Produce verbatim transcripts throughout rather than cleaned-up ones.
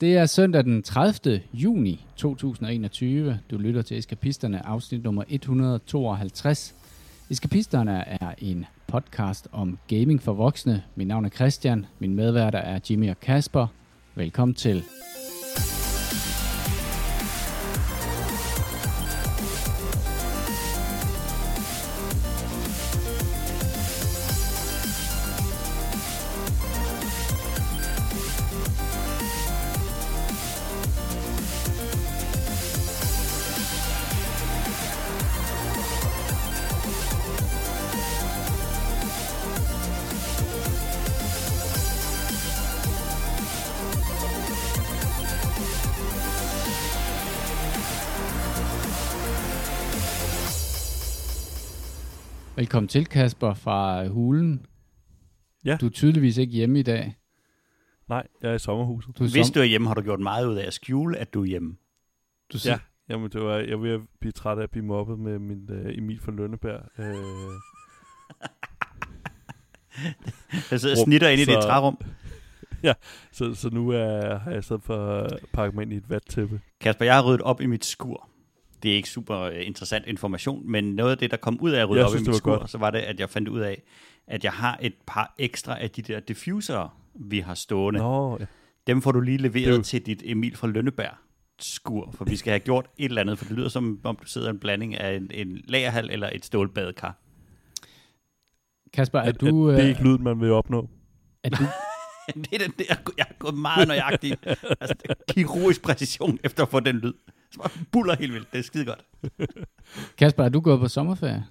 Det er søndag den tredivte juni to tusind og enogtyve. Du lytter til Eskapisterne, afsnit nummer et hundrede og tooghalvtreds. Eskapisterne er en podcast om gaming for voksne. Mit navn er Christian. Min medværter er Jimmy og Kasper. Velkommen til. Velkommen til, Kasper, fra Hulen. Ja. Du er tydeligvis ikke hjemme i dag. Nej, jeg er i sommerhuset. Du er Hvis som... du er hjemme, har du gjort meget ud af at skjule, at du er hjemme. Du ja, jamen, det var, jeg vil blive træt af at blive mobbet med min uh, Emil fra Lønneberg. Uh... jeg sidder og snitter ind i så... dit trærum. Ja, så, så nu er, har jeg stedet for at pakke mig ind i et vattæppe. Kasper, jeg har ryddet op i mit skur. Det er ikke super interessant information, men noget af det, der kom ud af at rydde jeg op synes, i mit skur, godt. så var det, at jeg fandt ud af, at jeg har et par ekstra af de der diffuser, vi har stående. Nå, ja. Dem får du lige leveret det... til dit Emil fra Lønneberg skur, for vi skal have gjort et eller andet, for det lyder som om du sidder en blanding af en, en lagerhal eller et stålbadekar. Kasper, er, er du... Er det er ikke lyden, man vil opnå? Er du... det er den der, jeg har gået meget nøjagtigt. Altså, kirurgisk præcision efter at få den lyd. Så bare buller helt vildt. Det er skide godt. Kasper, er du gået på sommerferie?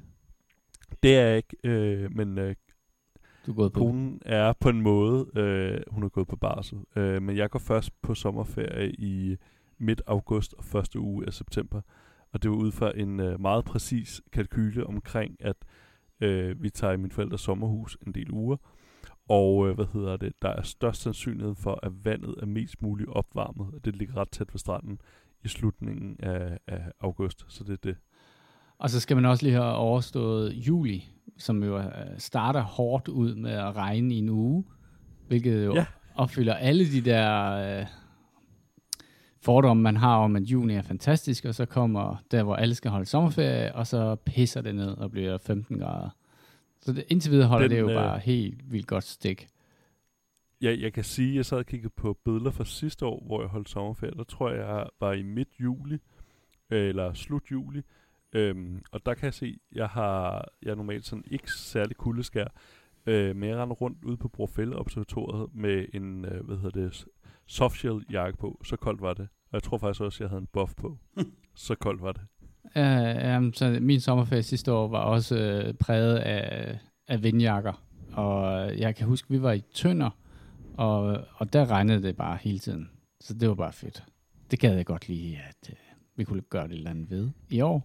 Det er jeg ikke, øh, men øh, du er gået på. Konen er på en måde, øh, hun er gået på barsel. Øh, men jeg går først på sommerferie i midt august og første uge af september. Og det var ud fra en øh, meget præcis kalkyle omkring, at øh, vi tager i min forældres sommerhus en del uger. Og øh, hvad hedder det? Der er størst sandsynlighed for, at vandet er mest muligt opvarmet. Det ligger ret tæt ved stranden i slutningen af, af august, så det er det. Og så skal man også lige have overstået juli, som jo starter hårdt ud med at regne i en uge, hvilket jo ja. opfylder alle de der øh, fordomme, man har om, at juni er fantastisk, og så kommer der, hvor alle skal holde sommerferie, og så pisser det ned og bliver femten grader. Så det, indtil videre holder Den, det jo øh... bare helt vildt godt stik. Ja, jeg kan sige, at jeg sad og kiggede på billeder fra sidste år, hvor jeg holdt sommerferie. Der tror jeg, jeg var i midt juli, eller slut juli. Øhm, og der kan jeg se, at jeg har jeg er normalt sådan ikke særlig kuldeskær, øh, men jeg render rundt ude på Brorfælde Observatoriet med en, øh, hvad hedder det, softshell jakke på. Så koldt var det. Og jeg tror faktisk også, at jeg havde en buff på. Så koldt var det. Ja, um, så min sommerferie sidste år var også øh, præget af, af vindjakker. Og jeg kan huske, at vi var i Tønder, og, og der regnede det bare hele tiden. Så det var bare fedt. Det gad jeg godt lige, at øh, vi kunne gøre det et eller andet ved i år.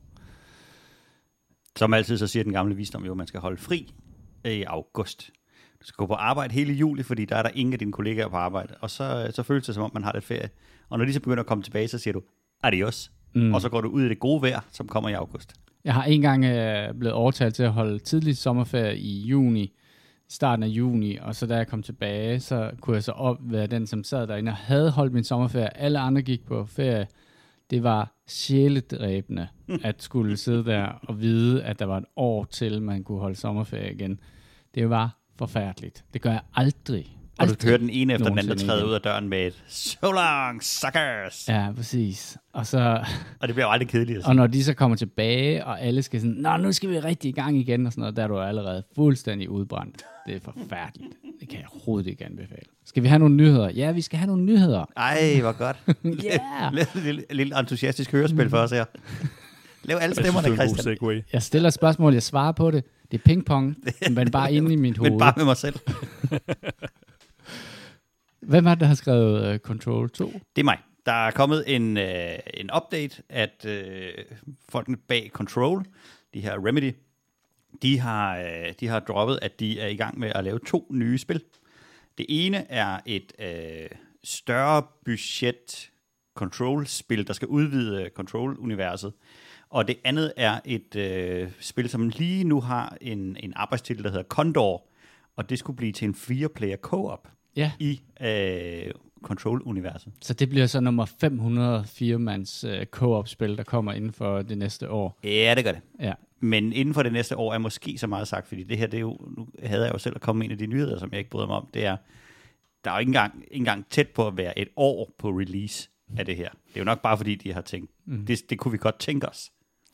Som altid så siger den gamle visdom jo, at man skal holde fri i august. Du skal gå på arbejde hele juli, fordi der er der ingen af dine kollegaer på arbejde. Og så, så føles det, som om man har lidt ferie. Og når de så begynder at komme tilbage, så siger du, adios. Mm. Og så går du ud i det gode vejr, som kommer i august. Jeg har en gang øh, blevet overtalt til at holde tidlig sommerferie i juni, starten af juni, og så da jeg kom tilbage, så kunne jeg så op være den, som sad derinde og havde holdt min sommerferie. Alle andre gik på ferie. Det var sjæledræbende at skulle sidde der og vide, at der var et år til, man kunne holde sommerferie igen. Det var forfærdeligt. Det gør jeg aldrig. Og du hører den ene efter den anden træde ud af døren med et so long, suckers. Ja, præcis. Og, så, og det bliver jo aldrig kedeligt. Og når de så kommer tilbage, og alle skal sådan, nå, nu skal vi rigtig i gang igen, og sådan noget, der er du allerede fuldstændig udbrændt. Det er forfærdeligt. Det kan jeg overhovedet ikke anbefale. Skal vi have nogle nyheder? Ja, vi skal have nogle nyheder. Ej, hvor godt. Ja. Lav et lille, lille entusiastisk hørespil for os her. Lav alle stemmerne, Christian. Jeg stiller et spørgsmål, jeg svarer på det. Det er pingpong, men bare inde i mit hoved. Men bare med mig selv. Hvem er det, der har skrevet uh, Control to? Det er mig. Der er kommet en, uh, en update, at uh, folkene bag Control, de her Remedy, de har, uh, de har droppet, at de er i gang med at lave to nye spil. Det ene er et uh, større budget Control-spil, der skal udvide Control-universet. Og det andet er et uh, spil, som lige nu har en, en arbejdstitel, der hedder Condor, og det skulle blive til en fire-player co-op. Ja. I øh, Control-universet. Så det bliver så nummer fem hundrede firemands uh, co-op-spil, der kommer inden for det næste år. Ja, det gør det. Ja. Men inden for det næste år er måske så meget sagt, fordi det her, det er jo, nu havde jeg jo selv at komme med en af de nyheder, som jeg ikke bryder mig om, det er, der er jo ikke engang, ikke engang tæt på at være et år på release af det her. Det er jo nok bare fordi, de har tænkt, mm. det, det kunne vi godt tænke os.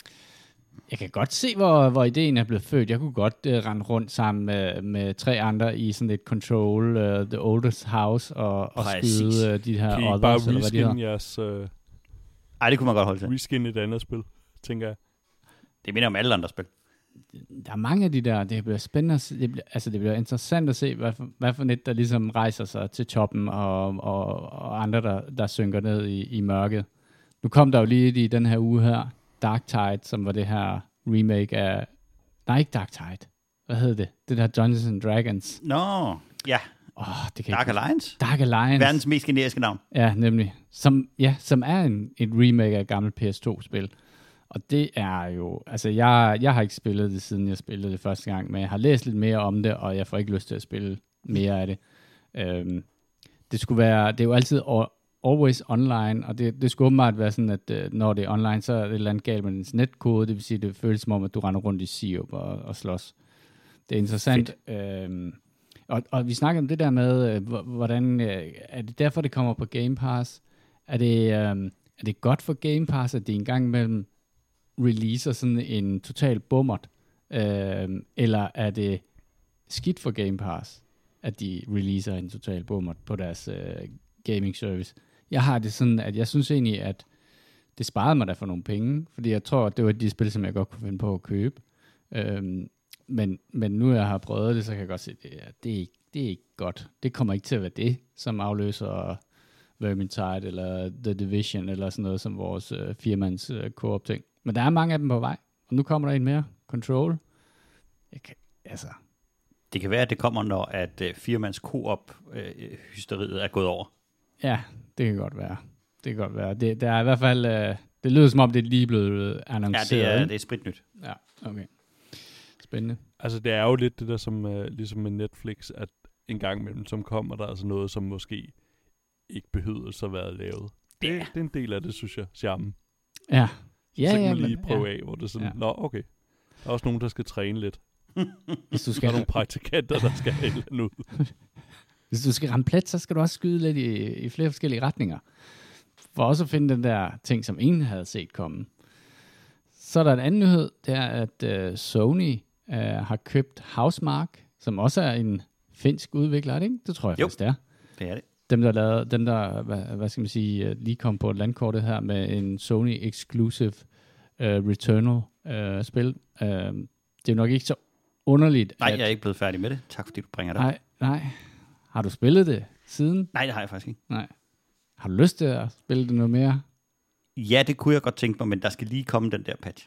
Jeg kan godt se, hvor, hvor ideen er blevet født. Jeg kunne godt uh, rende rundt sammen med, med tre andre i sådan et Control, uh, The Oldest House, og, og skyde uh, de her others. Bare eller hvad de hedder. Jeres, uh, Ej, det kunne man godt holde til. Reskin et andet spil, tænker jeg. Det minder om alle andre spil. Der er mange af de der, det bliver spændende, det bliver, altså det bliver interessant at se, hvad for, hvad for net, der ligesom rejser sig til toppen, og, og, og andre, der, der synker ned i, i mørket. Nu kom der jo lige i den her uge her, Dark Tide, som var det her remake af, nej ikke Dark Tide, hvad hed det? Det der Dungeons and Dragons. Nå, ja. Oh, det kan Dark ikke... Alliance? Dark Alliance. Verdens mest generiske navn. Ja, nemlig. Som, ja, som er en, et remake af et gammelt P S to-spil. Og det er jo, altså jeg, jeg har ikke spillet det, siden jeg spillede det første gang, men jeg har læst lidt mere om det, og jeg får ikke lyst til at spille mere af det. Øhm, det skulle være, det er jo altid always online, og det, det skulle åbenbart være sådan, at uh, når det er online, så er det et eller andet galt med dens netkode, det vil sige, det føles som om, at du render rundt i Sirup og, og slås. Det er interessant. Øhm, og, og vi snakker om det der med, øh, hvordan, øh, er det derfor, det kommer på Game Pass? Er det, øh, er det godt for Game Pass, at det engang imellem releaser sådan en total bummert, øh, eller er det skidt for Game Pass, at de releaser en total bummert på deres øh, gaming service? Jeg har det sådan, at jeg synes egentlig, at det sparede mig da for nogle penge, fordi jeg tror, at det var de spil, som jeg godt kunne finde på at købe. Øh, men, men nu jeg har prøvet det, så kan jeg godt se, at det er, det er, ikke, det er ikke godt. Det kommer ikke til at være det, som afløser Vermintide, eller The Division, eller sådan noget, som vores øh, firmands øh, co-op ting. Men der er mange af dem på vej, og nu kommer der en mere. Control. Jeg kan, altså. Det kan være, at det kommer, når at uh, firmands co-op-hysteriet uh, er gået over. Ja, det kan godt være. Det kan godt være. Det, der er i hvert fald, uh, det lyder som om, det er lige blevet annonceret. Ja, det er, det er spritnyt. Ja, okay. Spændende. Altså, det er jo lidt det der, som uh, ligesom med Netflix, at en gang imellem, som kommer der altså noget, som måske ikke behøver så at være lavet. Det, yeah. det er en del af det, synes jeg, charmen. Ja. Ja, så kan man ja, lige men, prøve ja. af, hvor det er sådan, ja. nå, okay. Der er også nogen, der skal træne lidt. Hvis du skal... Der er nogle praktikanter, der skal have et ud. Hvis du skal ramme plet, så skal du også skyde lidt i, i flere forskellige retninger. For også at finde den der ting, som ingen havde set komme. Så er der en anden nyhed, det er, at uh, Sony uh, har købt Housemarque, som også er en finsk udvikler, er det ikke? Det tror jeg jo, faktisk, det er. det er det. Dem, der lavede, dem der, hvad, hvad skal man sige, lige kom på landkortet her med en Sony Exclusive uh, Returnal-spil. Uh, uh, det er nok ikke så underligt. Nej, at, jeg er ikke blevet færdig med det. Tak, fordi du bringer det. Nej, nej. Har du spillet det siden? Nej, det har jeg faktisk ikke. Nej. Har du lyst til at spille det noget mere? Ja, det kunne jeg godt tænke mig, men der skal lige komme den der patch.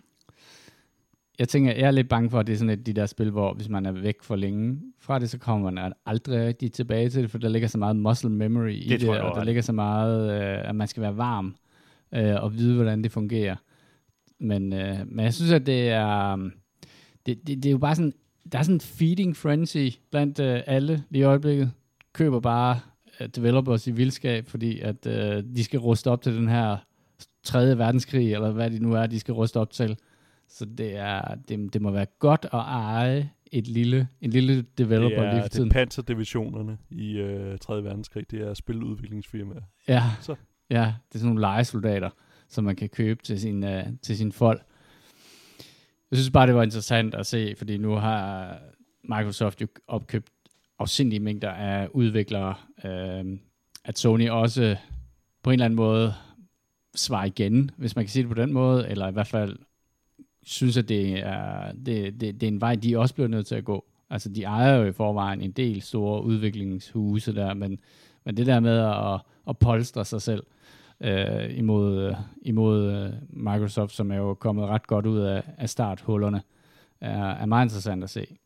Jeg tænker, jeg er lidt bange for, at det er sådan et de der spil, hvor hvis man er væk for længe fra det, så kommer man aldrig rigtig tilbage til det, for der ligger så meget muscle memory i det, det og der ligger så meget, øh, at man skal være varm øh, og vide, hvordan det fungerer. Men, øh, men jeg synes, at det er, det, det, det er jo bare sådan, der er sådan en feeding frenzy blandt øh, alle lige i øjeblikket. Køber bare øh, developers i vildskab, fordi at øh, de skal ruste op til den her tredje verdenskrig, eller hvad det nu er, de skal ruste op til. Så det, er, det, det må være godt at eje et lille, en lille developer det er, lige for tiden. Det er panserdivisionerne i øh, tredje verdenskrig. Det er spiludviklingsfirmaer. Ja, Så. ja, det er sådan nogle lejesoldater, som man kan købe til sin, uh, til sin folk. Jeg synes bare, det var interessant at se, fordi nu har Microsoft jo opkøbt afsindige mængder af udviklere. Øh, at Sony også på en eller anden måde svarer igen, hvis man kan sige det på den måde, eller i hvert fald synes, at det er, det, det, det er en vej, de også bliver nødt til at gå. Altså, de ejer jo i forvejen en del store udviklingshuse der, men, men det der med at, at polstre sig selv øh, imod, imod øh, Microsoft, som er jo kommet ret godt ud af, af starthullerne, er, er meget interessant at se.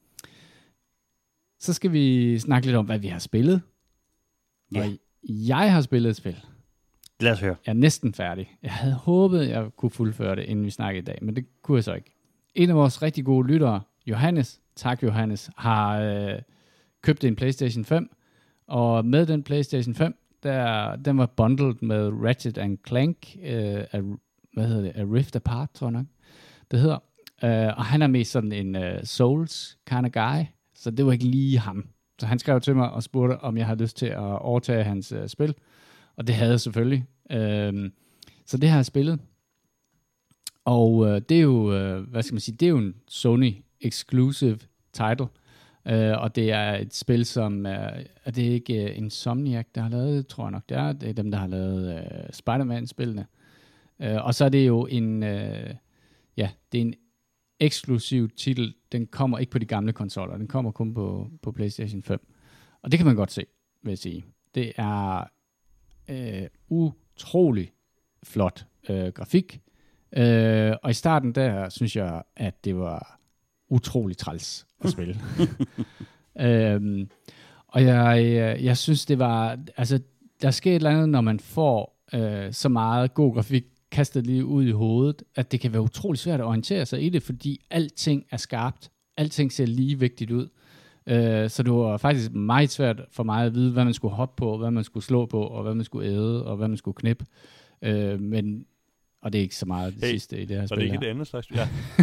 Så skal vi snakke lidt om, hvad vi har spillet. Ja. Og jeg har spillet et spil. Lad os høre. Jeg er næsten færdig. Jeg havde håbet, jeg kunne fuldføre det, inden vi snakkede i dag, men det kunne jeg så ikke. En af vores rigtig gode lyttere, Johannes, tak Johannes, har øh, købt en PlayStation fem, og med den PlayStation fem, der, den var bundled med Ratchet and Clank, øh, af, hvad hedder det, A Rift Apart, tror jeg nok, det hedder. Øh, og han er mest sådan en uh, Souls kind of guy, så det var ikke lige ham. Så han skrev til mig og spurgte, om jeg havde lyst til at overtage hans uh, spil, og det havde jeg selvfølgelig. Øh, så det har jeg spillet. Og uh, det er jo, uh, hvad skal man sige, det er jo en Sony exclusive title. Uh, og det er et spil, som uh, er det ikke uh, Insomniac, der har lavet det, tror jeg nok det er. Det er dem, der har lavet uh, Spider-Man-spillene. Uh, og så er det jo en, uh, ja, det er en eksklusiv titel. Den kommer ikke på de gamle konsoller, den kommer kun på, på PlayStation fem. Og det kan man godt se, vil jeg sige. Det er uh, utrolig flot uh, grafik. Uh, og i starten der, synes jeg, at det var utrolig træls at spille. øhm, og jeg, jeg synes, det var, altså, der sker et eller andet, når man får øh, så meget god grafik kastet lige ud i hovedet, at det kan være utrolig svært at orientere sig i det, fordi alting er skarpt. Alting ser lige vigtigt ud. Øh, så det var faktisk meget svært for mig at vide, hvad man skulle hoppe på, hvad man skulle slå på, og hvad man skulle æde, og hvad man skulle knippe. Øh, men og det er ikke så meget det hey, sidste i det her spil. Og det er ikke et andet slags, ja.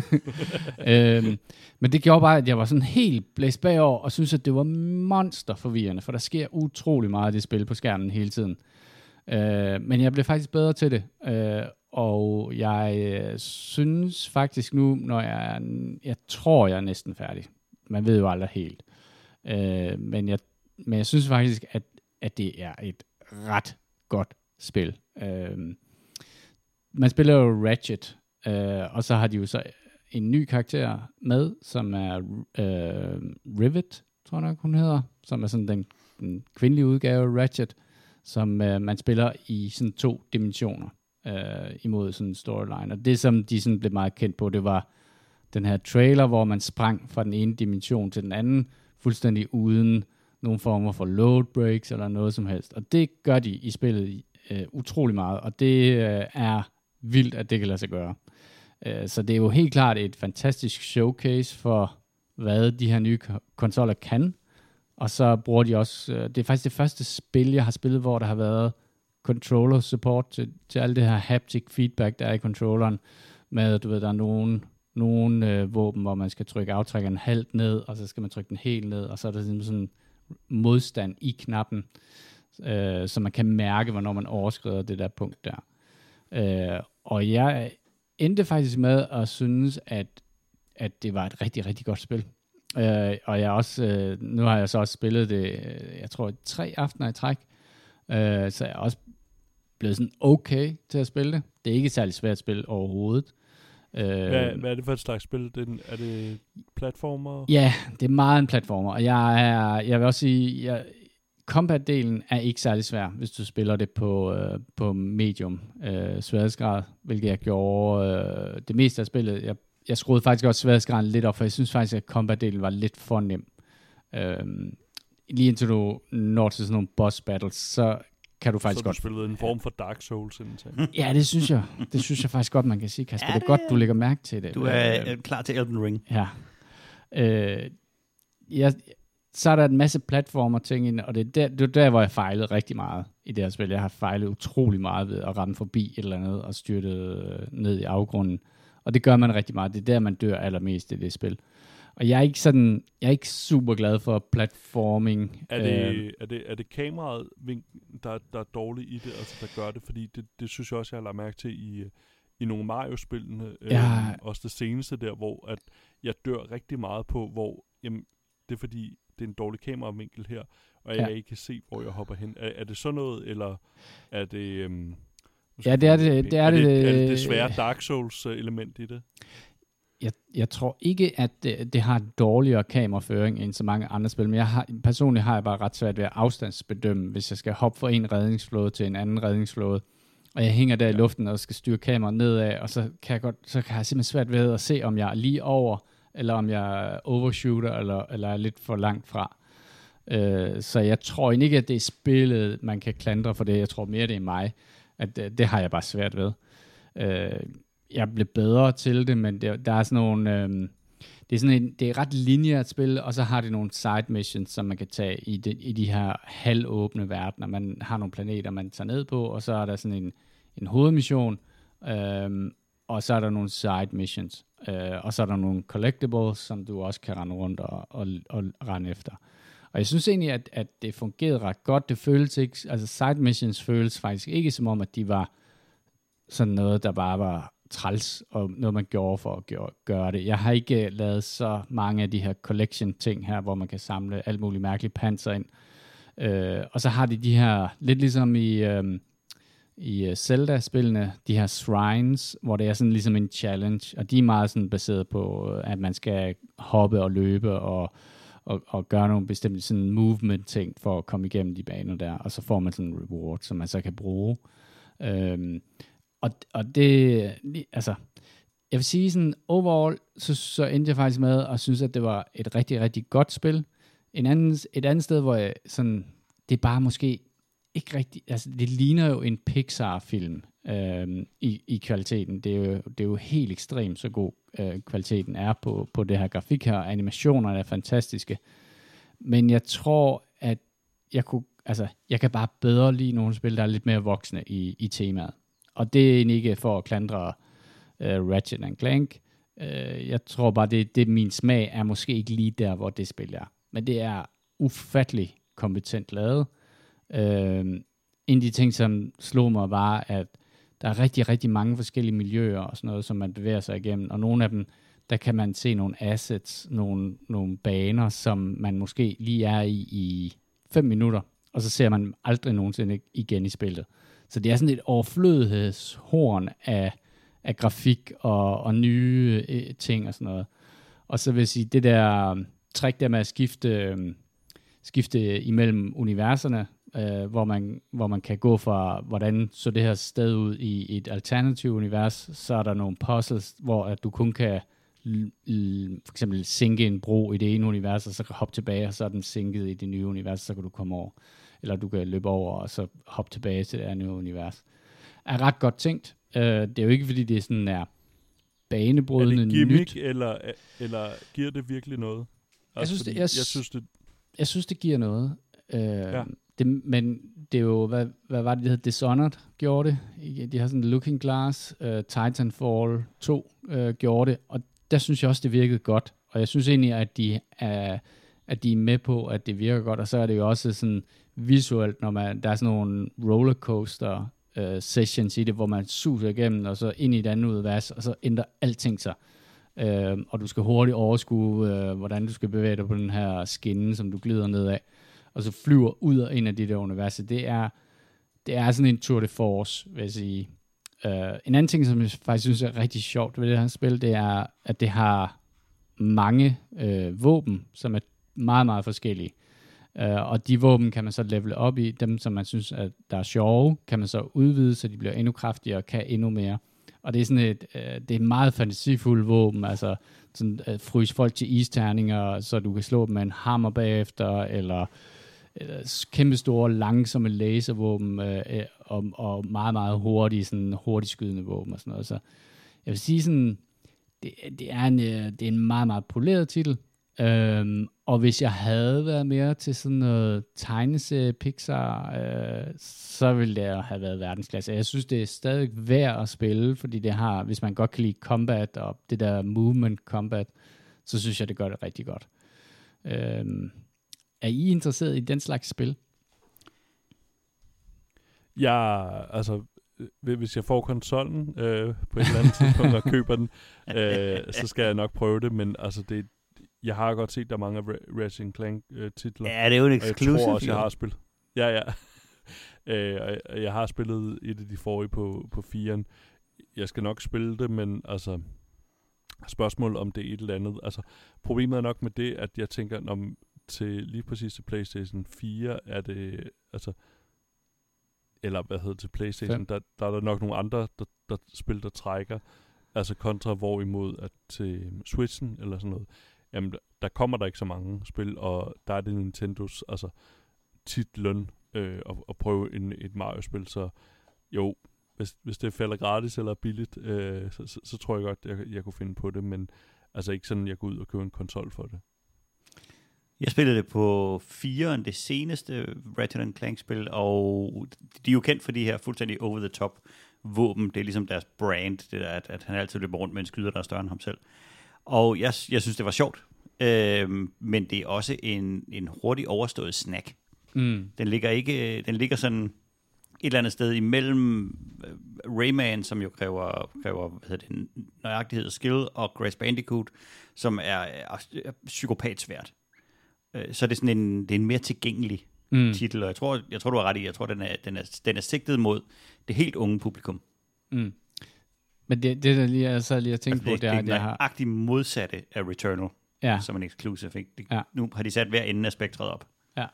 øhm, men det gjorde bare, at jeg var sådan helt blæst bagover, og synes, at det var monsterforvirrende, for der sker utrolig meget af det spil på skærmen hele tiden. Øh, men jeg blev faktisk bedre til det, øh, og jeg øh, synes faktisk nu, når jeg, jeg tror, jeg er næsten færdig. Man ved jo aldrig helt. Øh, men, jeg, men jeg synes faktisk, at, at det er et ret godt spil. Øh, Man spiller jo Ratchet, øh, og så har de jo så en ny karakter med, som er øh, Rivet, tror jeg nok, hun hedder, som er sådan den, den kvindelige udgave af Ratchet, som øh, man spiller i sådan to dimensioner øh, imod sådan en storyline. Og det, som de sådan blev meget kendt på, det var den her trailer, hvor man sprang fra den ene dimension til den anden, fuldstændig uden nogen former for load breaks eller noget som helst. Og det gør de i spillet øh, utrolig meget, og det øh, er vildt, at det kan lade sig gøre. Uh, så det er jo helt klart et fantastisk showcase for, hvad de her nye konsoller kan. Og så bruger de også, uh, det er faktisk det første spil, jeg har spillet, hvor der har været controller support til, til alt det her haptic feedback, der er i controlleren, med, du ved, der er nogen, nogen uh, våben, hvor man skal trykke aftrækkeren halvt ned, og så skal man trykke den helt ned, og så er der sådan, sådan modstand i knappen, uh, så man kan mærke, hvornår man overskrider det der punkt der. Uh, og jeg endte faktisk med at synes, at, at det var et rigtig, rigtig godt spil. Uh, og jeg også, uh, nu har jeg så også spillet det, jeg tror, tre aftener i træk. Uh, så jeg er også blevet sådan okay til at spille det. Det er ikke et særligt svært spil overhovedet. Uh, hvad, hvad er det for et slags spil? Det er, er det platformer? Ja, det er meget en platformer. Og jeg, er, jeg vil også sige, jeg, combat-delen er ikke særlig svær, hvis du spiller det på, øh, på medium øh, sværhedsgrad, hvilket jeg gjorde øh, det meste af spillet. Jeg, jeg skruede faktisk også sværhedsgraden lidt op, for jeg synes faktisk, at combat-delen var lidt for nem. Øh, lige indtil du når til sådan nogle boss battles, så kan du faktisk så godt... Så du spillede en form for Dark Souls indtil. Ja, det synes jeg. Det synes jeg faktisk godt, man kan sige, Kasper. Ja, det er godt, du lægger mærke til det. Du er øh, klar til Elden Ring. Ja. Øh, jeg... Så er der en masse platformer ting ind, og det er, der, det er der, hvor jeg fejlede rigtig meget i det her spil. Jeg har fejlet utrolig meget ved at ramme forbi et eller andet og styrte ned i afgrunden. Og det gør man rigtig meget. Det er der, man dør allermest i det spil. Og jeg er ikke sådan, jeg er ikke super glad for platforming. Er det, er det, er det kameraet, der, der er dårligt i det, altså der gør det? Fordi det, det synes jeg også, jeg har lagt mærke til i, i nogle Mario-spillene. Ja. Øh, også det seneste der, hvor at jeg dør rigtig meget på, hvor jamen, det er fordi, det er en dårlig kameravinkel her, og jeg ja. ikke kan se, hvor jeg hopper hen. Er, er det sådan noget, eller er det... Øhm, ja, det er det. Det er, er, det, det, er det det svære Dark Souls-element i det? Jeg, jeg tror ikke, at det, det har dårligere kameraføring end så mange andre spil, men jeg har, personligt har jeg bare ret svært ved at afstandsbedømme, hvis jeg skal hoppe fra en redningsflåde til en anden redningsflåde, og jeg hænger der ja. i luften og skal styre kameraet nedad, og så kan jeg, godt, så kan jeg simpelthen svært ved at se, om jeg er lige over, eller om jeg overshooter, eller, eller er lidt for langt fra. Uh, så jeg tror ikke, at det er spillet, man kan klandre for det. Jeg tror mere, det er mig. At det, det har jeg bare svært ved. Uh, jeg blev bedre til det, men det, der er sådan nogle... Uh, det er sådan en, det er ret lineært spil, og så har det nogle side missions, som man kan tage i de, i de her halvåbne verdener. Man har nogle planeter, man tager ned på, og så er der sådan en, en hovedmission, øhm, og så er der nogle side missions, øh, og så er der nogle collectibles, som du også kan rende rundt og, og, og rende efter. Og jeg synes egentlig, at, at det fungerede ret godt. Det føles ikke, altså side missions føles faktisk ikke som om, at de var sådan noget, der bare var træls, og noget, man gjorde for at gøre, gøre det. Jeg har ikke lavet så mange af de her collection-ting her, hvor man kan samle alt muligt mærkeligt panser ind. Øh, og så har de de her, lidt ligesom i, øh, i Zelda-spillene, de her shrines, hvor det er sådan ligesom en challenge, og de er meget sådan baseret på, at man skal hoppe og løbe og Og, og gøre nogle bestemte sådan movement-ting for at komme igennem de baner der, og så får man sådan en reward, som man så kan bruge. Øhm, og, og det, altså, jeg vil sige sådan, overall, så, så endte jeg faktisk med at synes, at det var et rigtig, rigtig godt spil. En anden, et andet sted, hvor jeg sådan, det er bare måske ikke rigtig, altså det ligner jo en Pixar-film øhm, i, i kvaliteten. Det er, jo, det er jo helt ekstremt så god øh, kvaliteten er på, på det her grafik her. Animationerne er fantastiske. Men jeg tror, at jeg kunne, altså jeg kan bare bedre lide nogle spil, der er lidt mere voksne i, i temaet. Og det er egentlig ikke for at klandre øh, Ratchet and Clank. Øh, jeg tror bare, det, det min smag er måske ikke lige der, hvor det spil er. Men det er ufattelig kompetent lavet. Øh, en af de ting, som slog mig, var, at der er rigtig, rigtig mange forskellige miljøer og sådan noget, som man bevæger sig igennem. Og nogle af dem, der kan man se nogle assets, nogle, nogle baner, som man måske lige er i i fem minutter, og så ser man aldrig nogensinde igen i spillet. Så det er sådan et overflødighedshorn af, af grafik og, og nye øh, ting og sådan noget. Og så vil jeg sige, det der trick der med at skifte, øh, skifte imellem universerne, øh, hvor, man, hvor man kan gå fra, hvordan så det her sted ud i et alternativt univers, så er der nogle puzzles, hvor at du kun kan l- l- for eksempel sænke en bro i det ene univers, og så kan hoppe tilbage, og så er den sænket i det nye univers, så kan du komme over. Eller du kan løbe over, og så hoppe tilbage til det andet univers. Er ret godt tænkt. Uh, det er jo ikke, fordi det sådan er banebrydende nyt. Er det gimmick, eller, eller giver det virkelig noget? Altså, jeg, synes, det, jeg, jeg, synes, det, jeg synes, det giver noget. Uh, ja. det, men det er jo, hvad, hvad var det, det hed? Dishonored gjorde det. De har sådan en Looking Glass. Uh, Titanfall to uh, gjorde det. Og der synes jeg også, det virkede godt. Og jeg synes egentlig, at de er, at de er med på, at det virker godt. Og så er det jo også sådan visuelt, når man, der er sådan nogle rollercoaster uh, sessions i det, hvor man suser igennem, og så ind i et andet univers, og så ændrer alting sig. Uh, og du skal hurtigt overskue, uh, hvordan du skal bevæge dig på den her skinne, som du glider ned af, og så flyver ud og ind af de der universer. Det er, det er sådan en tour de force, vil jeg sige. Uh, en anden ting, som jeg faktisk synes er rigtig sjovt ved det her spil, det er, at det har mange uh, våben, som er meget, meget forskellige. Uh, og de våben kan man så levele op i. Dem, som man synes, at der er sjove, kan man så udvide, så de bliver endnu kraftigere og kan endnu mere. Og det er sådan et, uh, det er et meget fantasifuldt våben, altså sådan uh, fryse folk til isterninger, så du kan slå dem med en hammer bagefter, eller, eller kæmpe store, langsomme laservåben, uh, og, og meget, meget hurtige, sådan hurtigt skydende våben og sådan noget. Så jeg vil sige sådan, det, det, er, en, det er en meget, meget poleret titel. Øhm, og hvis jeg havde været mere til sådan noget tegneserie Pixar, øh, så ville det have været verdensklasse. Jeg synes, det er stadig værd at spille, fordi det har, hvis man godt kan lide combat og det der movement combat, så synes jeg, det gør det rigtig godt. Øhm, er I interesseret i den slags spil? Ja, altså hvis jeg får konsollen øh, på et eller andet tidspunkt og køber den, øh, så skal jeg nok prøve det, men altså det jeg har godt set, at der er mange Ratchet and Clank-titler. Ja, det er jo en exclusive. Jeg tror også, jeg har spillet. Ja, ja. øh, jeg har spillet et af de forrige på, på firen. Jeg skal nok spille det, men altså, spørgsmålet om det er et eller andet. Altså, problemet er nok med det, at jeg tænker, om til lige præcis til PlayStation fire er det, altså, eller hvad hedder det, til PlayStation, der, der er der nok nogle andre der, der spil, der trækker, altså kontra hvorimod at til Switchen eller sådan noget. Jamen, der kommer der ikke så mange spil, og der er det Nintendos, altså titlen øh, at, at prøve en, et Mario-spil, så jo, hvis, hvis det falder gratis eller billigt, øh, så, så, så tror jeg godt, jeg, jeg kunne finde på det, men Altså ikke sådan, jeg går ud og køber en konsol for det. Jeg spillede det på firen, det seneste Ratchet and Clank-spil, og de er jo kendt for de her fuldstændig over-the-top våben. Det er ligesom deres brand, det der, at, at han altid løber rundt med en skyder, der er større end ham selv. Og jeg, jeg synes, det var sjovt. Øhm, men det er også en, en hurtigt overstået snack. Mm. Den ligger ikke, den ligger sådan et eller andet sted imellem Rayman, som jo kræver, kræver hvad hedder det, nøjagtighed og skill, og Crash Bandicoot, som er, er, er psykopatsvært. Så det er sådan en, det er en mere tilgængelig mm. titel, og jeg tror, jeg tror, du har ret i, jeg tror, den er, den er, den er sigtet mod det helt unge publikum. Mm. Men det, det der lige er så lige at tænke altså, på, det, det er, at jeg har... agtigt modsatte af Returnal, ja. som en exclusive. Ikke? Det, ja. Nu har de sat hver ende af spektret op. Ja.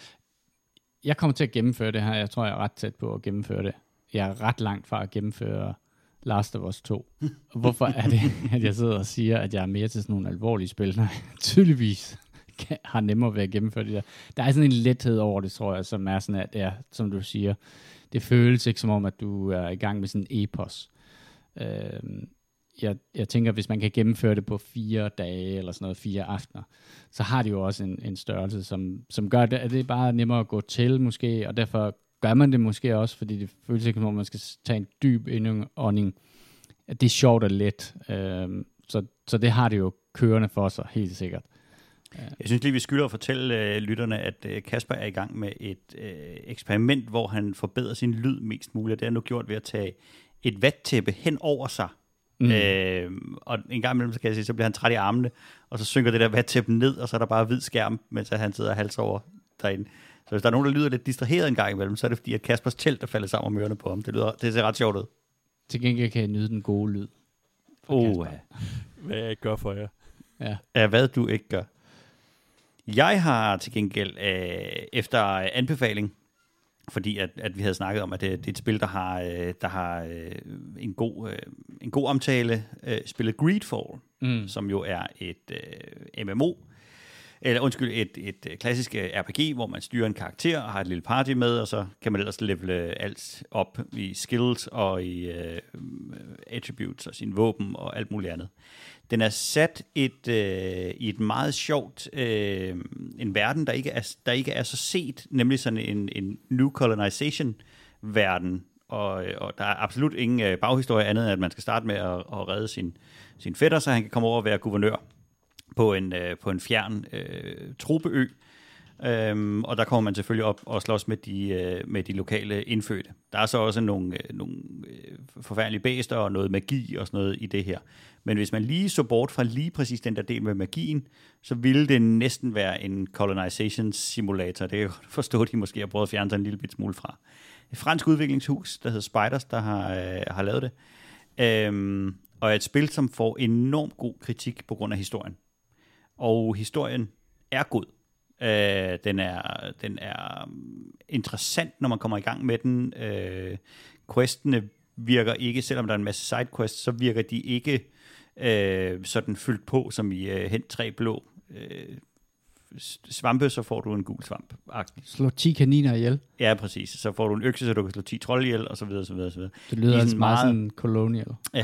Jeg kommer til at gennemføre det her. Jeg tror, jeg er ret tæt på at gennemføre det. Jeg er ret langt fra at gennemføre Last of Us to. Og hvorfor er det, at jeg sidder og siger, at jeg er mere til sådan nogle alvorlige spil, når jeg tydeligvis har nemmere ved at gennemføre det der. Der er sådan en lethed over det, tror jeg, som er sådan, at ja, som du siger, det føles ikke som om, at du er i gang med sådan en epos. Øh, jeg, jeg tænker, hvis man kan gennemføre det på fire dage, eller sådan noget, fire aftener, så har det jo også en, en størrelse, som, som gør det, at det er bare nemmere at gå til, måske, og derfor gør man det måske også, fordi det føles ikke som om, man skal tage en dyb indånding. Det er sjovt og let, øh, så, så det har det jo kørende for sig, helt sikkert. Jeg synes lige, vi skylder at fortælle øh, lytterne, at øh, Kasper er i gang med et øh, eksperiment, hvor han forbedrer sin lyd mest muligt. Det er nu gjort ved at tage et vattæppe hen over sig. Mm. Øh, og en gang imellem, så kan jeg sige, så bliver han træt i armene, og så synker det der vattæppe ned, og så er der bare hvid skærm, mens han sidder og halser over derinde. Så hvis der er nogen, der lyder lidt distraheret en gang imellem, så er det fordi, at Kaspers telt er faldet sammen om ørerne på ham. Det, lyder, det ser ret sjovt ud. Til gengæld kan jeg nyde den gode lyd. Oh, hvad jeg ikke gør for jer. Ja. Ja, hvad du ikke gør. Jeg har til gengæld, øh, efter anbefaling, fordi at, at vi havde snakket om, at det, det er et spil, der har, øh, der har øh, en, god, øh, en god omtale, øh, spillet Greedfall, mm. som jo er et øh, M M O, eller undskyld, et, et klassisk R P G, hvor man styrer en karakter og har et lille party med, og så kan man ellers levele alt op i skills og i øh, attributes og sine våben og alt muligt andet. Den er sat et, øh, i et meget sjovt, øh, en verden, der ikke, er, der ikke er så set, nemlig sådan en, en new colonization-verden, og, og der er absolut ingen øh, baghistorie andet, end at man skal starte med at, at redde sin, sin fætter, så han kan komme over og være guvernør på en, øh, på en fjern øh, tropeø. Øhm, og der kommer man selvfølgelig op og slås med de, øh, med de lokale indfødte. Der er så også nogle, øh, nogle øh, forfærdelige bæster og noget magi og sådan noget i det her. Men hvis man lige så bort fra lige præcis den der del med magien, så ville det næsten være en colonization simulator. Det kan jeg forstå, at de måske har prøvet at fjerne sig en lille bit smule fra. Et fransk udviklingshus, der hedder Spiders, der har, øh, har lavet det. Øhm, og et spil, som får enormt god kritik på grund af historien. Og historien er god. Øh, den er den er interessant, når man kommer i gang med den. Øh, questene virker ikke, selvom der er en masse sidequests, så virker de ikke øh, sådan fyldt på, som i øh, hent tre blå øh, svampe, så får du en gul svamp. Slå ti kaniner ihjel. Ja, præcis. Så får du en økse, så du kan slå ti trolde ihjel, og så videre, så videre, så videre. Det lyder altså meget sådan colonial. Ja.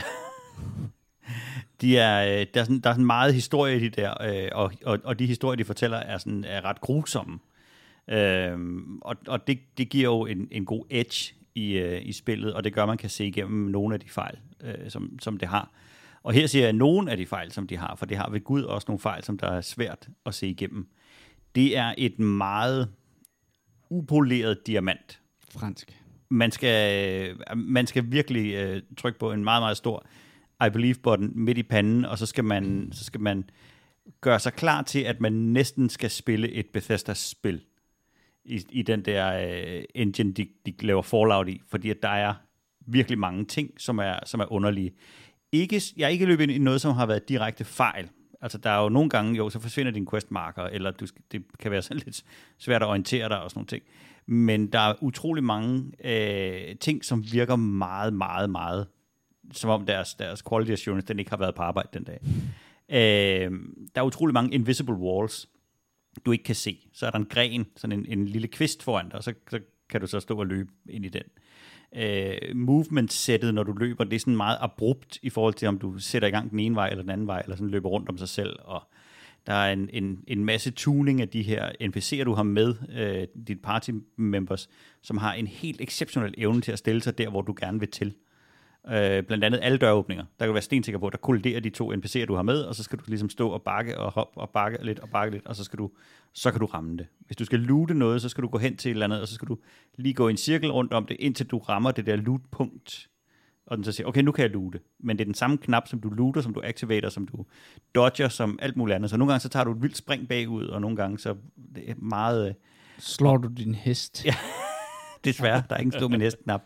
De er, der, er sådan, der er sådan meget historie i de der, øh, og, og, og de historier, de fortæller, er, sådan, er ret grusomme. Øhm, og og det, det giver jo en, en god edge i, øh, i spillet, og det gør, at man kan se igennem nogle af de fejl, øh, som, som det har. Og her siger jeg nogle af de fejl, som de har, for det har ved Gud også nogle fejl, som der er svært at se igennem. Det er et meget upoleret diamant. Fransk. Man skal, man skal virkelig øh, trykke på en meget, meget stor I believe-button midt i panden, og så skal man, så skal man gøre sig klar til, at man næsten skal spille et Bethesda-spil i, i den der uh, engine, de, de laver Fallout i, fordi at der er virkelig mange ting, som er, som er underlige. Ikke, jeg er ikke løbet ind i noget, som har været direkte fejl. Altså, der er jo nogle gange, jo, så forsvinder din questmarker, eller du skal, det kan være sådan lidt svært at orientere dig og sådan nogle ting. Men der er utrolig mange øh, ting, som virker meget, meget, meget som om deres, deres quality assurance, den ikke har været på arbejde den dag. Øh, der er utrolig mange invisible walls, du ikke kan se. Så er der en gren, sådan en, en lille kvist foran dig, og så, så kan du så stå og løbe ind i den. øh, movement-sættet, når du løber, det er sådan meget abrupt i forhold til, om du sætter i gang den ene vej eller den anden vej, eller sådan løber rundt om sig selv, og der er en, en, en masse tuning af de her N P C'er, du har med, øh, dit party members, som har en helt exceptionel evne til at stille sig der, hvor du gerne vil til. Øh, blandt andet alle døråbninger. Der kan du være stensikker på, at der kolliderer de to N P C'er, du har med, og så skal du ligesom stå og bakke og hoppe og bakke lidt og bakke lidt, og så skal du, så kan du ramme det. Hvis du skal loote noget, så skal du gå hen til et eller andet, og så skal du lige gå i en cirkel rundt om det, indtil du rammer det der loot-punkt. Og den så siger, okay, nu kan jeg loote. Men det er den samme knap, som du looter, som du activater, som du dodger, som alt muligt andet. Så nogle gange så tager du et vildt spring bagud, og nogle gange så det er meget... Slår du din hest? Ja, desværre. Der er ingen stå min hest-knap.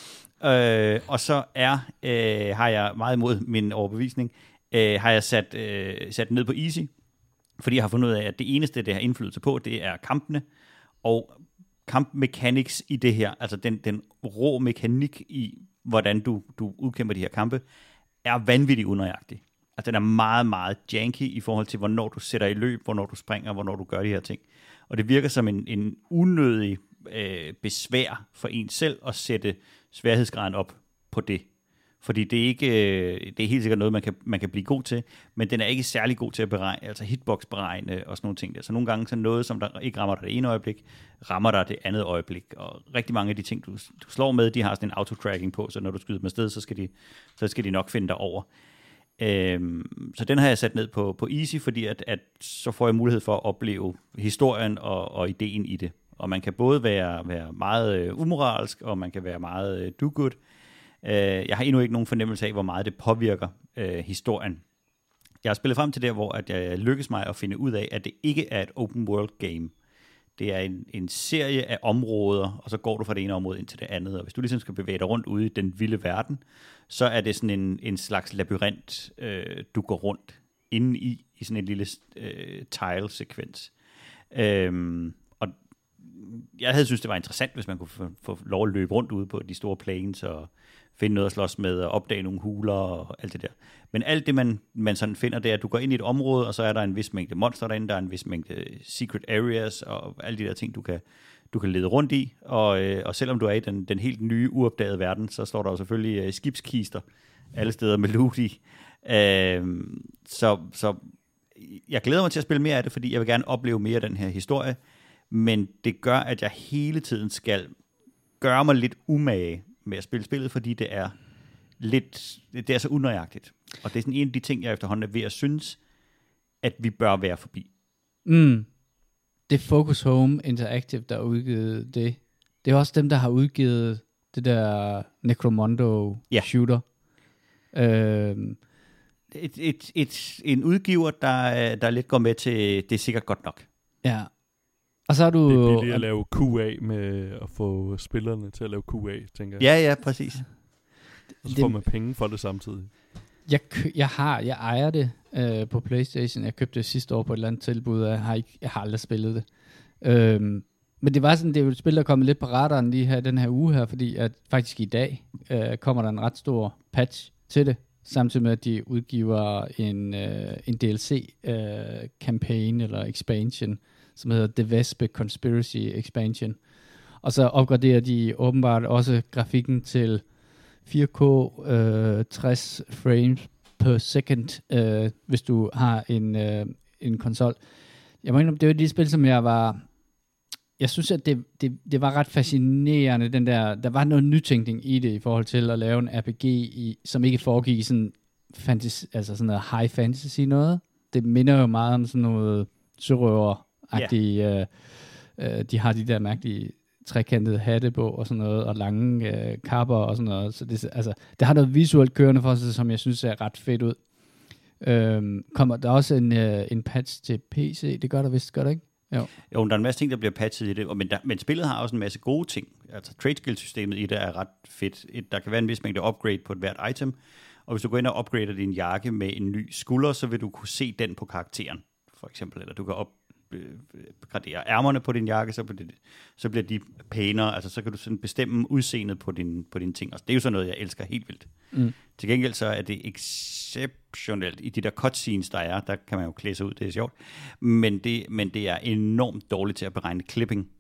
Øh, og så er, øh, har jeg meget imod min overbevisning, øh, har jeg sat, øh, sat ned på easy, fordi jeg har fundet ud af, at det eneste, det har indflydelse på, det er kampene, og kampmechanics i det her, altså den, den rå mekanik i, hvordan du, du udkæmper de her kampe, er vanvittigt unøjagtig. Altså den er meget, meget janky i forhold til, hvornår du sætter i løb, hvornår du springer, hvornår du gør de her ting. Og det virker som en, en unødig øh, besvær for en selv at sætte sværhedsgraden op på det. Fordi det er ikke, det er helt sikkert noget, man kan, man kan blive god til, men den er ikke særlig god til at beregne, altså hitbox-beregne og sådan nogle ting der. Så nogle gange så noget, som der ikke rammer dig det ene øjeblik, rammer dig det andet øjeblik. Og rigtig mange af de ting, du, du slår med, de har sådan en auto-tracking på, så når du skyder dem afsted, så skal de, så skal de nok finde dig over. Øhm, så den har jeg sat ned på, på easy, fordi at, at så får jeg mulighed for at opleve historien og, og ideen i det. Og man kan både være, være meget øh, umoralsk, og man kan være meget øh, do-good. Øh, jeg har endnu ikke nogen fornemmelse af, hvor meget det påvirker øh, historien. Jeg har spillet frem til der, hvor at jeg lykkes mig at finde ud af, at det ikke er et open world game. Det er en, en serie af områder, og så går du fra det ene område ind til det andet. Og hvis du ligesom skal bevæge dig rundt ude i den vilde verden, så er det sådan en, en slags labyrint, øh, du går rundt inde i, i sådan en lille øh, tile-sekvens. Øhm, og jeg havde synes det var interessant, hvis man kunne få, få lov at løbe rundt ude på de store plains og finde noget at slås med og opdage nogle huler og alt det der. Men alt det, man, man sådan finder, det er, at du går ind i et område, og så er der en vis mængde monster derinde, der er en vis mængde secret areas og alle de der ting, du kan, du kan lede rundt i. Og, øh, og selvom du er i den, den helt nye, uopdagede verden, så står der jo selvfølgelig øh, skibskister alle steder med loot i. Øh, så, så jeg glæder mig til at spille mere af det, fordi jeg vil gerne opleve mere af den her historie, men det gør, at jeg hele tiden skal gøre mig lidt umage med at spille spillet, fordi det er lidt, det er så unøjagtigt. Og det er sådan en af de ting, jeg efterhånden er ved at synes, at vi bør være forbi. Mm. Det er Focus Home Interactive, der har udgivet det. Det er også dem, der har udgivet det der Necromondo ja. shooter. Øhm. Et, et, et, en udgiver, der, der lidt går med til, det er sikkert godt nok. Ja. Og så har du... Det er billigt at lave Q A med at få spillerne til at lave Q A, tænker jeg. Ja, ja, præcis. Og så får man penge for det samtidig. Jeg, jeg har, jeg ejer det øh, på PlayStation. Jeg købte det sidste år på et eller andet tilbud, og jeg har, ikke, jeg har aldrig spillet det. Øhm, men det var sådan, det er jo et spil, der er kommet lidt på radaren lige her, den her uge her, fordi at faktisk i dag øh, kommer der en ret stor patch til det, samtidig med, at de udgiver en, øh, en D L C-campaign øh, eller expansion, som hedder The Vespe Conspiracy Expansion. Og så opgraderer de åbenbart også grafikken til fire K øh, tres frames per second, øh, hvis du har en, øh, en konsol. Jeg må indrømme, det var de spil, som jeg var... Jeg synes, at det, det, det var ret fascinerende, den der... Der var noget nytænkning i det, i forhold til at lave en R P G, i, som ikke foregik i sådan, fantasy, altså sådan noget high fantasy noget. Det minder jo meget om sådan noget sørøver-agtige... Yeah. Øh, øh, de har de der mærkelige trekantede hatte på og sådan noget, og lange øh, kapper og sådan noget. Så det, altså, det har noget visuelt kørende for sig, som jeg synes ser ret fedt ud. Øhm, kommer der også en, øh, en patch til P C? Det gør der vist, gør det ikke? Jo. Jo, der er en masse ting, der bliver patchet i det, men, der, men spillet har også en masse gode ting. Altså trade skill systemet i det er ret fedt. Et, der kan være en vis mængde upgrade på et hvert item, og hvis du går ind og upgrader din jakke med en ny skulder, så vil du kunne se den på karakteren, for eksempel. Eller du kan op gradere ærmerne på din jakke, så bliver, det, så bliver de pænere, altså så kan du sådan bestemme udseendet på din, på dine ting, og det er jo sådan noget, jeg elsker helt vildt. Mm. Til gengæld så er det exceptionelt, i de der cutscenes, der er, der kan man jo klæde sig ud, det er sjovt, men det, men det er enormt dårligt til at beregne clipping,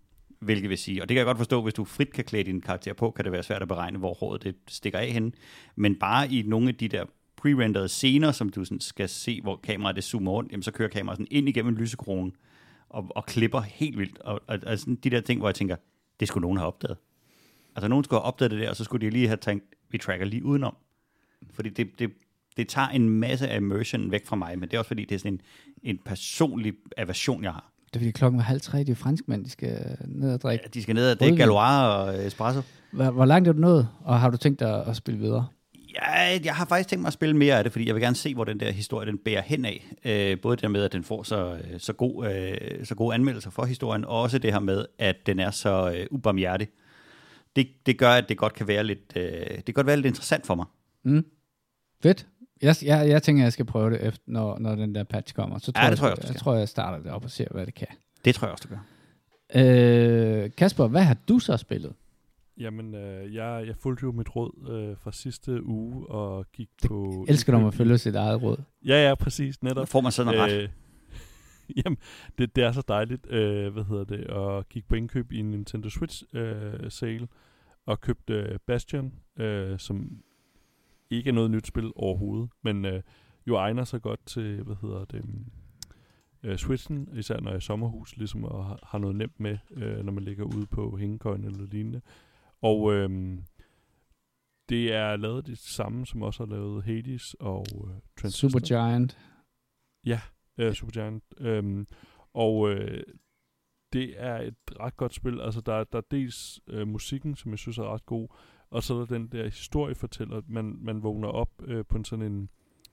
hvilket vil sige, og det kan jeg godt forstå, hvis du frit kan klæde din karakter på, kan det være svært at beregne, hvor håret det stikker af henne. Men bare i nogle af de der pre-renderede scener, som du sådan skal se, hvor kameraet det zoomer rundt, jamen så kører kameraet sådan ind igennem lysekronen og, og klipper helt vildt. Og, og, og sådan de der ting, hvor jeg tænker, det skulle nogen have opdaget. Altså nogen skulle have opdaget det der, og så skulle de lige have tænkt, vi tracker lige udenom. Fordi det, det, det tager en masse af immersion væk fra mig, men det er også fordi, det er sådan en, en personlig aversion, jeg har. Det er fordi klokken var halv tre, det er franskmænd, de skal ned og drikke. Ja, de skal ned og drikke Galois og espresso. Hvor, hvor langt er du nået, og har du tænkt dig at spille videre? Ja, jeg har faktisk tænkt mig at spille mere af det, fordi jeg vil gerne se, hvor den der historie den bærer hen af. Øh, både det der med, at den får så, så, god, øh, så gode anmeldelser for historien, og også det her med, at den er så øh, ubarmhjertig. Det, det gør, at det godt kan være lidt, øh, det kan godt være lidt interessant for mig. Mm. Fedt. Jeg, jeg, jeg tænker, at jeg skal prøve det, efter, når, når den der patch kommer. Så tror ja, det jeg, tror jeg, også, jeg, jeg tror, jeg starter det op og ser, hvad det kan. Det tror jeg også, du gør. Øh, Kasper, hvad har du så spillet? Jamen, øh, jeg, jeg fulgte jo mit råd øh, fra sidste uge og gik det på... elsker du, at man følger sit eget råd. Ja, ja, præcis, netop. Får man sådan en ret? Øh, jamen, det, det er så dejligt, øh, hvad hedder det, at gik på indkøb i en Nintendo Switch øh, sale, og købte øh, Bastion, øh, som ikke er noget nyt spil overhovedet, men øh, jo egner sig godt til, hvad hedder det, øh, Switchen, især når jeg er i sommerhus, ligesom og har, har noget nemt med, øh, når man ligger ude på hængekøjen eller lignende. Og øh, det er lavet det samme, som også har lavet Hades og øh, Transistor. Supergiant. Ja, øh, Supergiant. Øh, og øh, det er et ret godt spil. Altså, der, der er dels øh, musikken, som jeg synes er ret god, og så er der den der historiefortæller, man, man vågner op øh, på en sådan en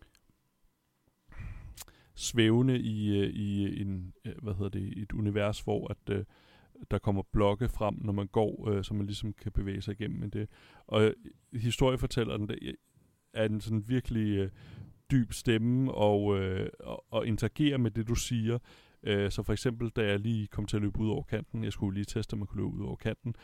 svævende i, øh, i en, øh, hvad hedder det, et univers, hvor at, øh, der kommer blokke frem, når man går, øh, så man ligesom kan bevæge sig igennem med det. Og øh, historiefortælleren der, er en sådan virkelig øh, dyb stemme, og, øh, og, og interagerer med det, du siger. Øh, så for eksempel, da jeg lige kom til at løbe ud over kanten, jeg skulle lige teste, om man kunne løbe ud over kanten,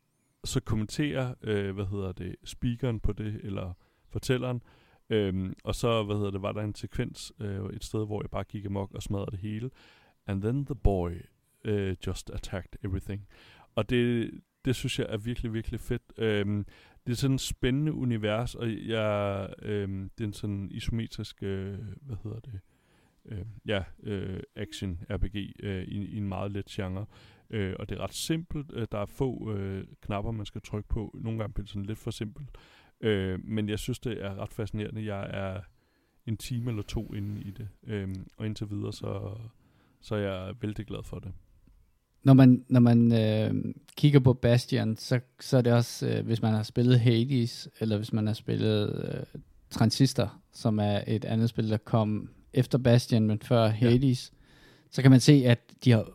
så kommenterer, øh, hvad hedder det, speakeren på det, eller fortælleren, øhm, og så, hvad hedder det, var der en sekvens, øh, et sted, hvor jeg bare gik amok og smadrede det hele. And then the boy uh, just attacked everything. Og det, det synes jeg er virkelig, virkelig fedt. Øhm, det er sådan et spændende univers, og jeg, øhm, det er en sådan isometrisk, øh, hvad hedder det, øh, ja, øh, action R P G øh, i, i en meget let genre. Øh, og det er ret simpelt. Øh, der er få øh, knapper, man skal trykke på. Nogle gange bliver det sådan lidt for simpelt. Øh, men jeg synes, det er ret fascinerende. Jeg er en time eller to inde i det. Øh, og indtil videre, så, så er jeg vældig glad for det. Når man, når man øh, kigger på Bastion, så, så er det også, øh, hvis man har spillet Hades, eller hvis man har spillet øh, Transistor, som er et andet spil, der kom efter Bastion, men før Hades, ja. Så kan man se, at de har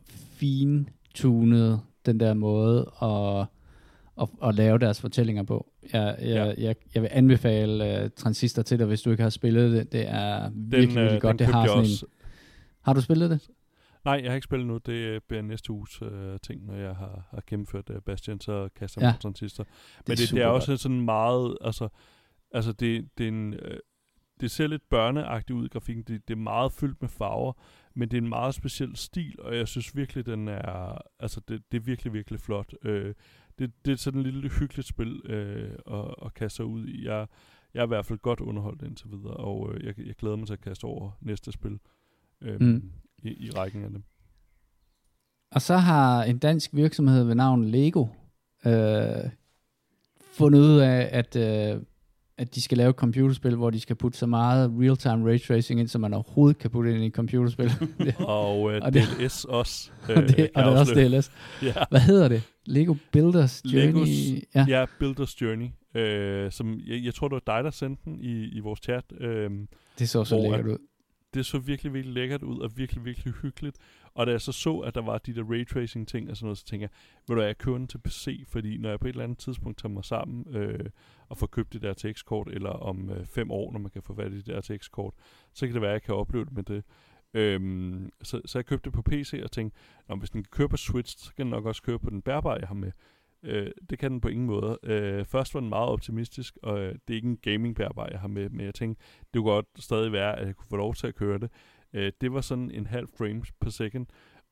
fine-tunet den der måde at, at, at lave deres fortællinger på. Jeg, jeg, ja. jeg, jeg vil anbefale uh, Transistor til dig, hvis du ikke har spillet det. Det er den, virkelig, virkelig godt. Det har, sådan en... har du spillet det? Nej, jeg har ikke spillet nu. Det bliver næste uges uh, ting, når jeg har, har gennemført uh, Bastion, så kaster jeg ja. på Transistor. Men det, det, det er også godt. Sådan meget, altså, altså det, det er en... Uh, det ser lidt børneagtigt ud i grafikken. Det, det er meget fyldt med farver, men det er en meget speciel stil, og jeg synes virkelig, den er, altså det, det er virkelig, virkelig flot. Øh, det, det er sådan et lille hyggeligt spil øh, at, at kaste sig ud i. Jeg, jeg er i hvert fald godt underholdt indtil videre, og øh, jeg, jeg glæder mig til at kaste over næste spil øh, mm. i, i rækken af dem. Og så har en dansk virksomhed ved navn Lego øh, fundet ud af, at øh, at de skal lave et computerspil, hvor de skal putte så meget real-time raytracing ind, som man overhovedet kan putte ind i et computerspil. og øh, og D L S også. Øh, og det, og det er også D L S. Ja. Hvad hedder det? Lego Builders Journey? Legos, ja. ja, Builders Journey. Øh, som, jeg, jeg tror, det var dig, der sendte den i, i vores chat. Øh, det så så lækkert ud. Det så virkelig, virkelig lækkert ud, og virkelig, virkelig hyggeligt. Og da jeg så så, at der var de der raytracing-ting og sådan noget, så tænker jeg, ved du, jeg kører den til P C, fordi når jeg på et eller andet tidspunkt tager mig sammen øh, og får købt det der R T X-kort, eller om øh, fem år, når man kan få fat i det der R T X-kort, så kan det være, at jeg kan opleve det med det. Øhm, så, så jeg købte det på P C og tænkte, hvis den kan køre på Switch, så kan den nok også køre på den bærbare, jeg har med. Øh, det kan den på ingen måde. Øh, først var den meget optimistisk, og øh, det er ikke en gaming-bærbar, jeg har med, men jeg tænkte, det kunne godt stadig være, at jeg kunne få lov til at køre det. Øh, det var sådan en halv frames per second,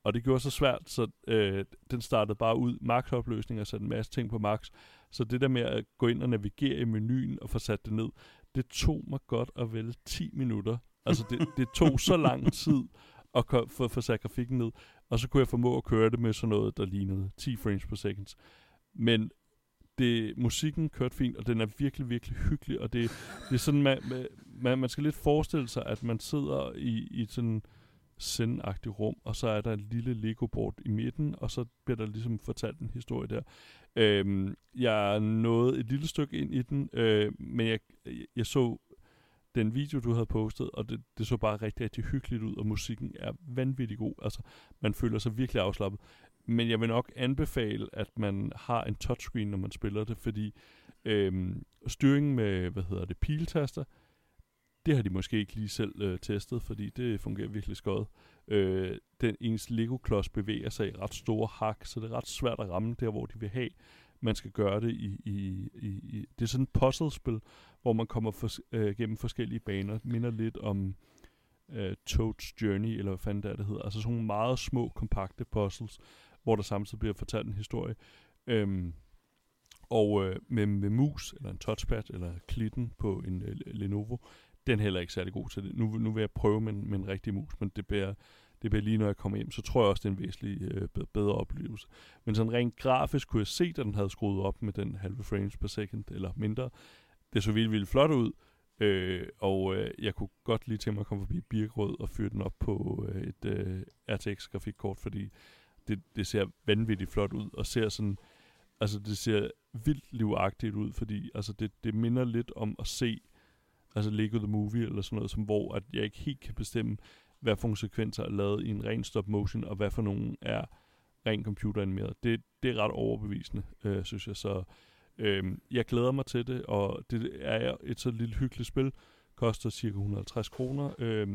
og det gjorde så svært, så øh, den startede bare ud max-opløsning og satte en masse ting på max. Så det der med at gå ind og navigere i menuen og få sat det ned, det tog mig godt og vel ti minutter. Altså det, det tog så lang tid at ko- få, få sat grafikken ned, og så kunne jeg formå at køre det med sådan noget, der lignede ti frames per second. Men det, musikken kørte fint, og den er virkelig, virkelig hyggelig, og det, det er sådan, man, man, man skal lidt forestille sig, at man sidder i, i sådan zen-agtigt rum, og så er der et lille Lego-board i midten, og så bliver der ligesom fortalt en historie der. Øhm, jeg nåede et lille stykke ind i den, øh, men jeg, jeg så den video, du havde postet, og det, det så bare rigtig, rigtig hyggeligt ud, og musikken er vanvittig god. Altså, man føler sig virkelig afslappet. Men jeg vil nok anbefale, at man har en touchscreen, når man spiller det, fordi øhm, styringen med, hvad hedder det, piltaster, det har de måske ikke lige selv øh, testet, fordi det fungerer virkelig skødt. Øh, den ens Lego-klods bevæger sig i ret store hak, så det er ret svært at ramme der, hvor de vil have. Man skal gøre det i... i, i, i det er sådan et puzzlespil, hvor man kommer for, øh, gennem forskellige baner. Det minder lidt om øh, Toad's Journey, eller hvad fanden det er, det hedder. Altså sådan nogle meget små, kompakte puzzles, hvor der samtidig bliver fortalt en historie. Øhm, og øh, med, med mus, eller en touchpad, eller klitten på en øh, Lenovo, den er heller ikke særlig god til det. Nu, nu vil jeg prøve med, med en rigtig mus, men det bliver, det bliver lige, når jeg kommer hjem, så tror jeg også, det er en væsentlig øh, bedre oplevelse. Men sådan rent grafisk kunne jeg se, at den havde skruet op med den halve frames per second, eller mindre. Det så vildt, vildt flot ud, øh, og øh, jeg kunne godt lige tænke mig at komme forbi Birkerød og fyre den op på øh, et øh, R T X-grafikkort, fordi det, det ser vanvittigt flot ud, og ser sådan, altså det ser vildt livagtigt ud, fordi altså det, det minder lidt om at se altså Lego The Movie eller sådan noget, som hvor at jeg ikke helt kan bestemme, hvad for nogle sekvenser er lavet i en ren stop motion, og hvad for nogle er ren computeranimeret. Det, det er ret overbevisende, øh, synes jeg. Så øh, jeg glæder mig til det, og det er et så lille hyggeligt spil. Koster cirka et hundrede og halvtreds kroner, øh,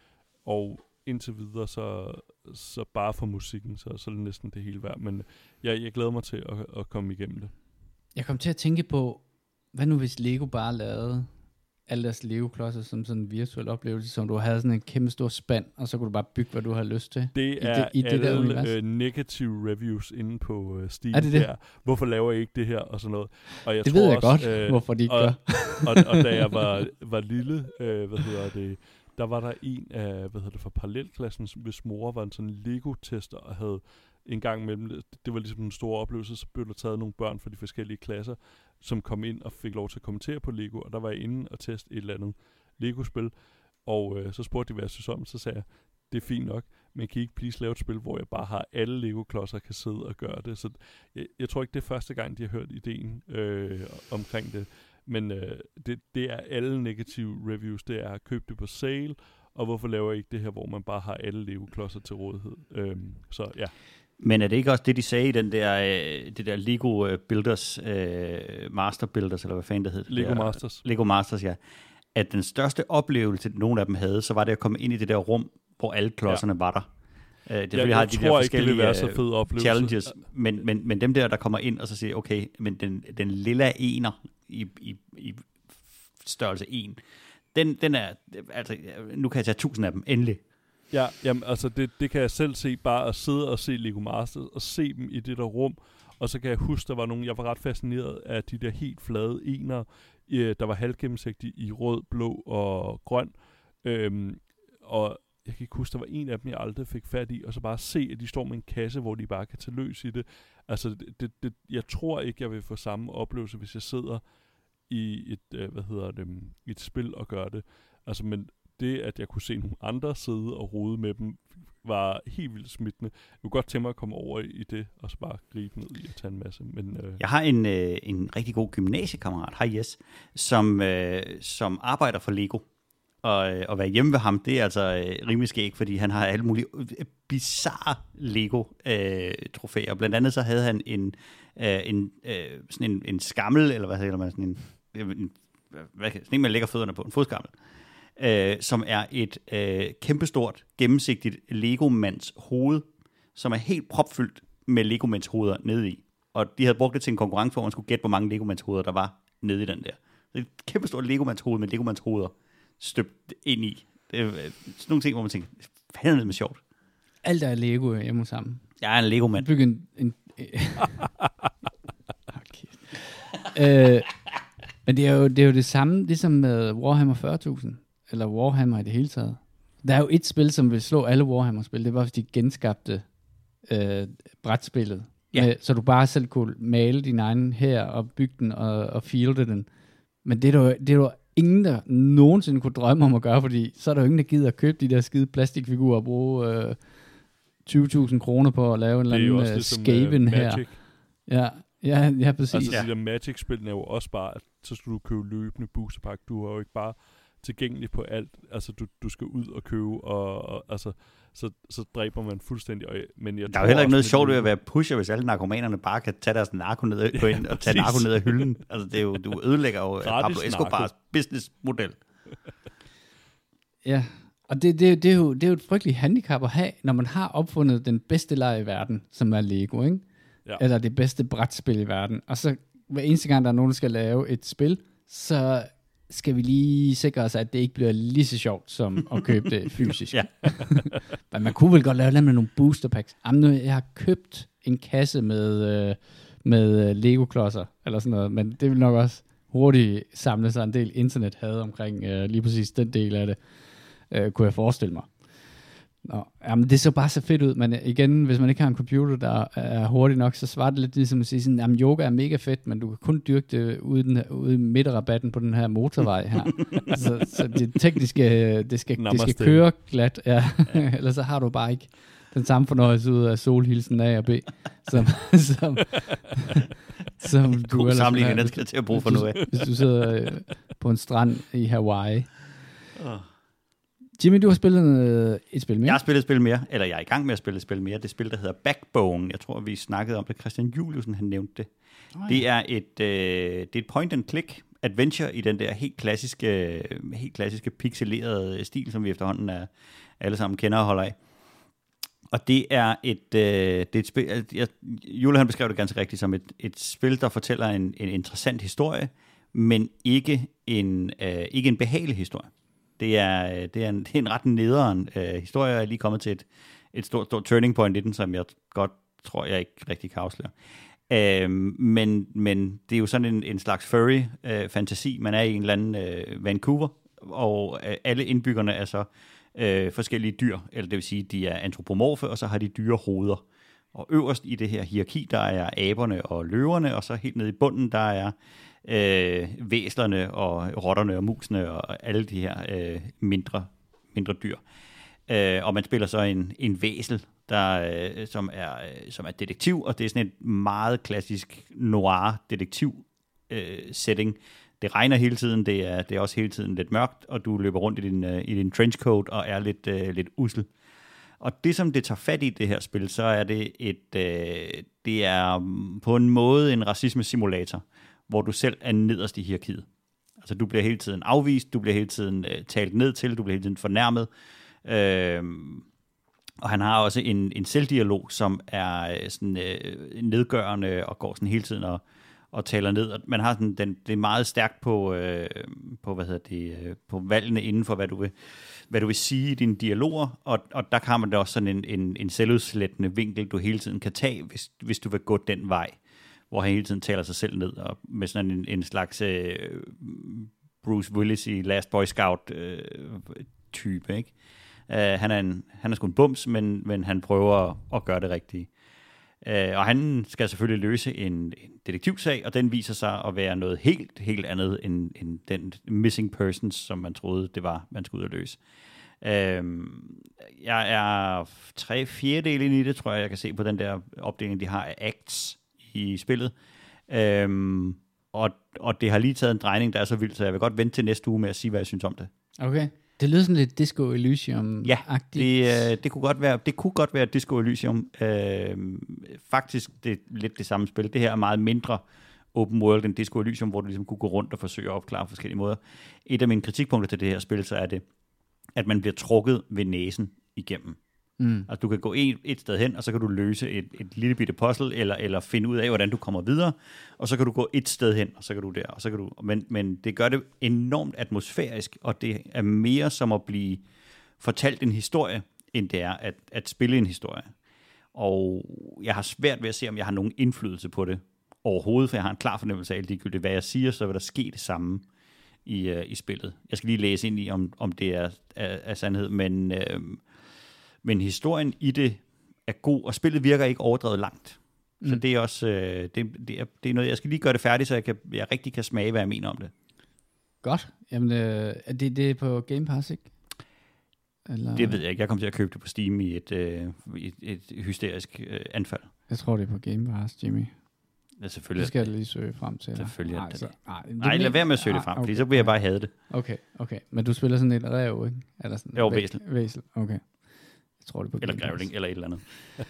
og indtil videre, så, så bare for musikken, så, så er det næsten det hele værd. Men jeg, jeg glæder mig til at, at komme igennem det. Jeg kom til at tænke på, hvad nu hvis Lego bare lavede alle deres Lego-klodser som sådan en virtuel oplevelse, som du havde sådan en kæmpe stor spand, og så kunne du bare bygge, hvad du har lyst til. Det i er det, i alle det der univers. øh, negative reviews inde på uh, Steam. Er det det? Der. Hvorfor laver jeg ikke det her, og sådan noget. Og jeg det tror ved jeg også, godt, øh, hvorfor de ikke og, gør. og, og da jeg var, var lille, øh, hvad hedder det, der var der en af, hvad hedder det, fra parallelklassen, hvis mor var en sådan Lego-tester, og havde en gang imellem, det var ligesom en stor oplevelse, så blev der taget nogle børn fra de forskellige klasser, som kom ind og fik lov til at kommentere på Lego, og der var jeg inde og teste et eller andet Lego-spil, og øh, så spurgte de, hvad jeg synes om, så sagde jeg, det er fint nok, men kan I ikke please lave et spil, hvor jeg bare har alle Lego-klodser kan sidde og gøre det. Så jeg, jeg tror ikke, det er første gang, de har hørt ideen øh, omkring det, men øh, det, det er alle negative reviews, det er at købe det på sale, og hvorfor laver jeg ikke det her, hvor man bare har alle Lego-klodser til rådighed. Øh, så ja. Men er det ikke også det, de sagde i den der, øh, det der Lego Builders, øh, Master Builders, eller hvad fanden det hed? Lego der, Masters. Lego Masters, ja. At den største oplevelse, nogle af dem havde, så var det at komme ind i det der rum, hvor alle klodserne ja. var der. Uh, det ja, jeg har de tror der ikke, det vil være så fed oplevelse. Challenges, men, men, men dem der, der kommer ind og så siger, okay, men den, den lille ener i, i, i størrelse en, den, den er, altså, nu kan jeg tage tusind af dem, endelig. Ja, jamen, altså det, det kan jeg selv se, bare at sidde og se Lego Masters, og se dem i det der rum, og så kan jeg huske, der var nogen, jeg var ret fascineret af de der helt flade ener, øh, der var halvgennemsigtige i rød, blå og grøn, øhm, og jeg kan ikke huske, der var en af dem, jeg aldrig fik fat i, og så bare se, at de står med en kasse, hvor de bare kan tage løs i det. Altså, det, det, det, jeg tror ikke, jeg vil få samme oplevelse, hvis jeg sidder i et, øh, hvad hedder det, i et spil og gør det. Altså, men det, at jeg kunne se nogle andre sidde og rode med dem, var helt vildt smittende. Jeg kunne godt tænke mig at komme over i det, og så bare gribe ned i at tage en masse. Men, øh... Jeg har en, øh, en rigtig god gymnasiekammerat, hej yes, som, øh, som arbejder for Lego. Og at være hjemme ved ham, det er altså øh, rimelig skægt, fordi han har alle mulige bizarre Lego-trofæer. Øh, Blandt andet så havde han en, øh, en, øh, sådan en, en skammel, eller hvad hedder man, sådan en, en, hvad, sådan en, man lægger fødderne på, en fodskammel, øh, som er et øh, kæmpestort, gennemsigtigt Lego-mands hoved, som er helt propfyldt med Lego-mands hoveder nede i. Og de havde brugt det til en konkurrence, hvor man skulle gætte, hvor mange Lego-mands hoveder der var nede i den der. Det er et kæmpestort Lego-mands hoved med Lego-mands hoveder støbt ind i. Det er sådan nogle ting, hvor man tænker, hvad er det med sjovt? alt er Lego hjemme sammen. Jeg er en Lego-mand. Bygge en... en okay. øh, men det er, jo, det er jo det samme, ligesom med Warhammer fyrre tusind, eller Warhammer i det hele taget. Der er jo et spil, som vil slå alle Warhammer-spil. Det var, fordi de genskabte øh, brætspillet. Ja. Med, så du bare selv kunne male din egen her og bygge den og, og fielde den. Men det er, der, det er der ingen, der nogensinde kunne drømme om at gøre, fordi så er der jo ingen, der gider at købe de der skide plastikfigurer og bruge øh, tyve tusind kroner på at lave en eller anden uh, ligesom, Skaven uh, her. Ja, ja, ja, præcis. Altså, ja. de der Magic-spillene er jo også bare, at så skal du købe løbende boosterpakke. Du har jo ikke bare tilgængelig på alt. Altså, du, du skal ud og købe, og, og altså, så, så dræber man fuldstændig. Og, men jeg der er jo heller ikke noget sjovt ved at være pusher, hvis alle narkomanerne bare kan tage deres narko ned, ja, gå ind og tage narko ned af hylden. Altså, det er jo, du ødelægger jo Pablo Escobars businessmodel. Ja, og det, det, det, er jo, det er jo et frygteligt handicap at have, når man har opfundet den bedste leg i verden, som er Lego, ikke? Ja. Eller det bedste brætspil i verden. Og så hver eneste gang, der er nogen, der skal lave et spil, så skal vi lige sikre os, at det ikke bliver lige så sjovt, som at købe det fysisk. Ja. Men man kunne vel godt lave det med nogle booster packs. Jamen, nu, jeg har købt en kasse med, øh, med Lego-klodser, eller sådan noget, men det vil nok også hurtigt samle sig en del internet had omkring øh, lige præcis den del af det, øh, kunne jeg forestille mig. Nå, jamen det så bare så fedt ud, men igen, hvis man ikke har en computer, der er hurtig nok, så svarer det lidt ligesom at sige sådan, jamen yoga er mega fedt, men du kan kun dyrke det ude, den her, ude i midterrabatten på den her motorvej her. så, så det tekniske, det skal, det skal køre glat, ja. Ellers så har du bare ikke den samme fornøjelse ud af solhilsen A og B, som, som, som du God sammenligning, den skal til at bruge for noget af. Hvis du sidder øh, på en strand i Hawaii. Oh. Jimmy, du har spillet et spil mere? Jeg har spillet et spil mere, eller jeg er i gang med at spille et spil mere. Det spil, der hedder Backbone. Jeg tror, vi snakkede om det. Christian Juliusen, han nævnte det. Oh, ja. Det er et øh, det er et point-and-click adventure i den der helt klassiske, helt klassiske pixelerede stil, som vi efterhånden er, alle sammen kender og holder af. Og det er et, øh, det er et spil, jeg, Jule han beskrev det ganske rigtigt som et, et spil, der fortæller en, en interessant historie, men ikke en, øh, ikke en behagelig historie. Det er, det er, en, det er en ret nederen øh, historie. Jeg er lige kommet til et, et stort, stort turning point i den, som jeg godt tror, jeg ikke rigtig kan afsløre. Øh, men, men det er jo sådan en, en slags furry-fantasi. Øh, Man er i en eller anden øh, Vancouver, og øh, alle indbyggerne er så øh, forskellige dyr, eller det vil sige, de er antropomorfe, og så har de dyre hoveder. Og øverst i det her hierarki, der er aberne og løverne, og så helt nede i bunden, der er øh, væslerne og rotterne og musene og alle de her øh, mindre, mindre dyr. Øh, og man spiller så en, en væsel, der, øh, som, er, øh, som er detektiv, og det er sådan et meget klassisk noir-detektiv-setting. Øh, det regner hele tiden, det er, det er også hele tiden lidt mørkt, og du løber rundt i din, øh, i din trenchcoat og er lidt, øh, lidt ussel. Og det, som det tager fat i det her spil, så er det et, øh, det er på en måde en racisme-simulator, hvor du selv er nederst i hierarkiet. Altså, du bliver hele tiden afvist, du bliver hele tiden øh, talt ned til, du bliver hele tiden fornærmet. Øh, og han har også en, en selvdialog, som er sådan øh, nedgørende og går sådan hele tiden og, og taler ned. Man har sådan, den, det er meget stærkt på, øh, på, hvad hedder det, øh, på valgene inden for, hvad du vil, hvad du vil sige i dine dialoger, og, og der har man da også sådan en, en, en selvudslættende vinkel, du hele tiden kan tage, hvis, hvis du vil gå den vej, hvor han hele tiden taler sig selv ned, og med sådan en, en slags øh, Bruce Willis i Last Boy Scout øh, type, ikke? Uh, han, er en, han er sgu en bums, men, men han prøver at, at gøre det rigtige. Uh, og han skal selvfølgelig løse en, en detektivsag, og den viser sig at være noget helt, helt andet end, end den missing persons, som man troede, det var, man skulle ud og løse. Uh, jeg er tre fjerdedele ind i det, tror jeg, jeg kan se på den der opdeling, de har af acts i spillet. Uh, og, og det har lige taget en drejning, der er så vildt, så jeg vil godt vente til næste uge med at sige, hvad jeg synes om det. Okay. Det lyder sådan lidt Disco Elysium-agtigt. Ja, det, øh, det, kunne godt være, det kunne godt være Disco Elysium. Øh, faktisk det er lidt det samme spil. Det her er meget mindre open world end Disco Elysium, hvor du ligesom kunne gå rundt og forsøge at opklare forskellige måder. Et af mine kritikpunkter til det her spil, så er det, at man bliver trukket ved næsen igennem. Mm. Altså du kan gå et, et sted hen, og så kan du løse et, et lille bitte puzzle, eller, eller finde ud af, hvordan du kommer videre, og så kan du gå et sted hen, og så kan du der, og så kan du, men, men det gør det enormt atmosfærisk, og det er mere som at blive fortalt en historie, end det er at, at spille en historie. Og jeg har svært ved at se, om jeg har nogen indflydelse på det overhovedet, for jeg har en klar fornemmelse af, at ligegyldigt hvad jeg siger, så vil der ske det samme i, uh, i spillet. Jeg skal lige læse ind i, om, om det er, er, er sandhed, men, øh, men historien i det er god, og spillet virker ikke overdrevet langt. Mm. Så det er også øh, det, det, er, det er noget, jeg skal lige gøre det færdigt, så jeg, kan, jeg rigtig kan smage, hvad jeg mener om det. Godt. Jamen, øh, er det, det er på Game Pass, ikke? Eller? Det ved jeg ikke. Jeg kom til at købe det på Steam i et, øh, et, et hysterisk øh, anfald. Jeg tror, det er på Game Pass, Jimmy. Ja, selvfølgelig. Det skal jeg lige søge frem til. Selvfølgelig Nej, er det så, det. Nej, nej lad være med at søge ah, det frem, okay, fordi så vil jeg bare have det. Okay, okay. Men du spiller sådan et rev, ikke? Eller sådan jo, væsel. Væsel, okay. Jeg tror, det er på eller grævling, eller et eller andet.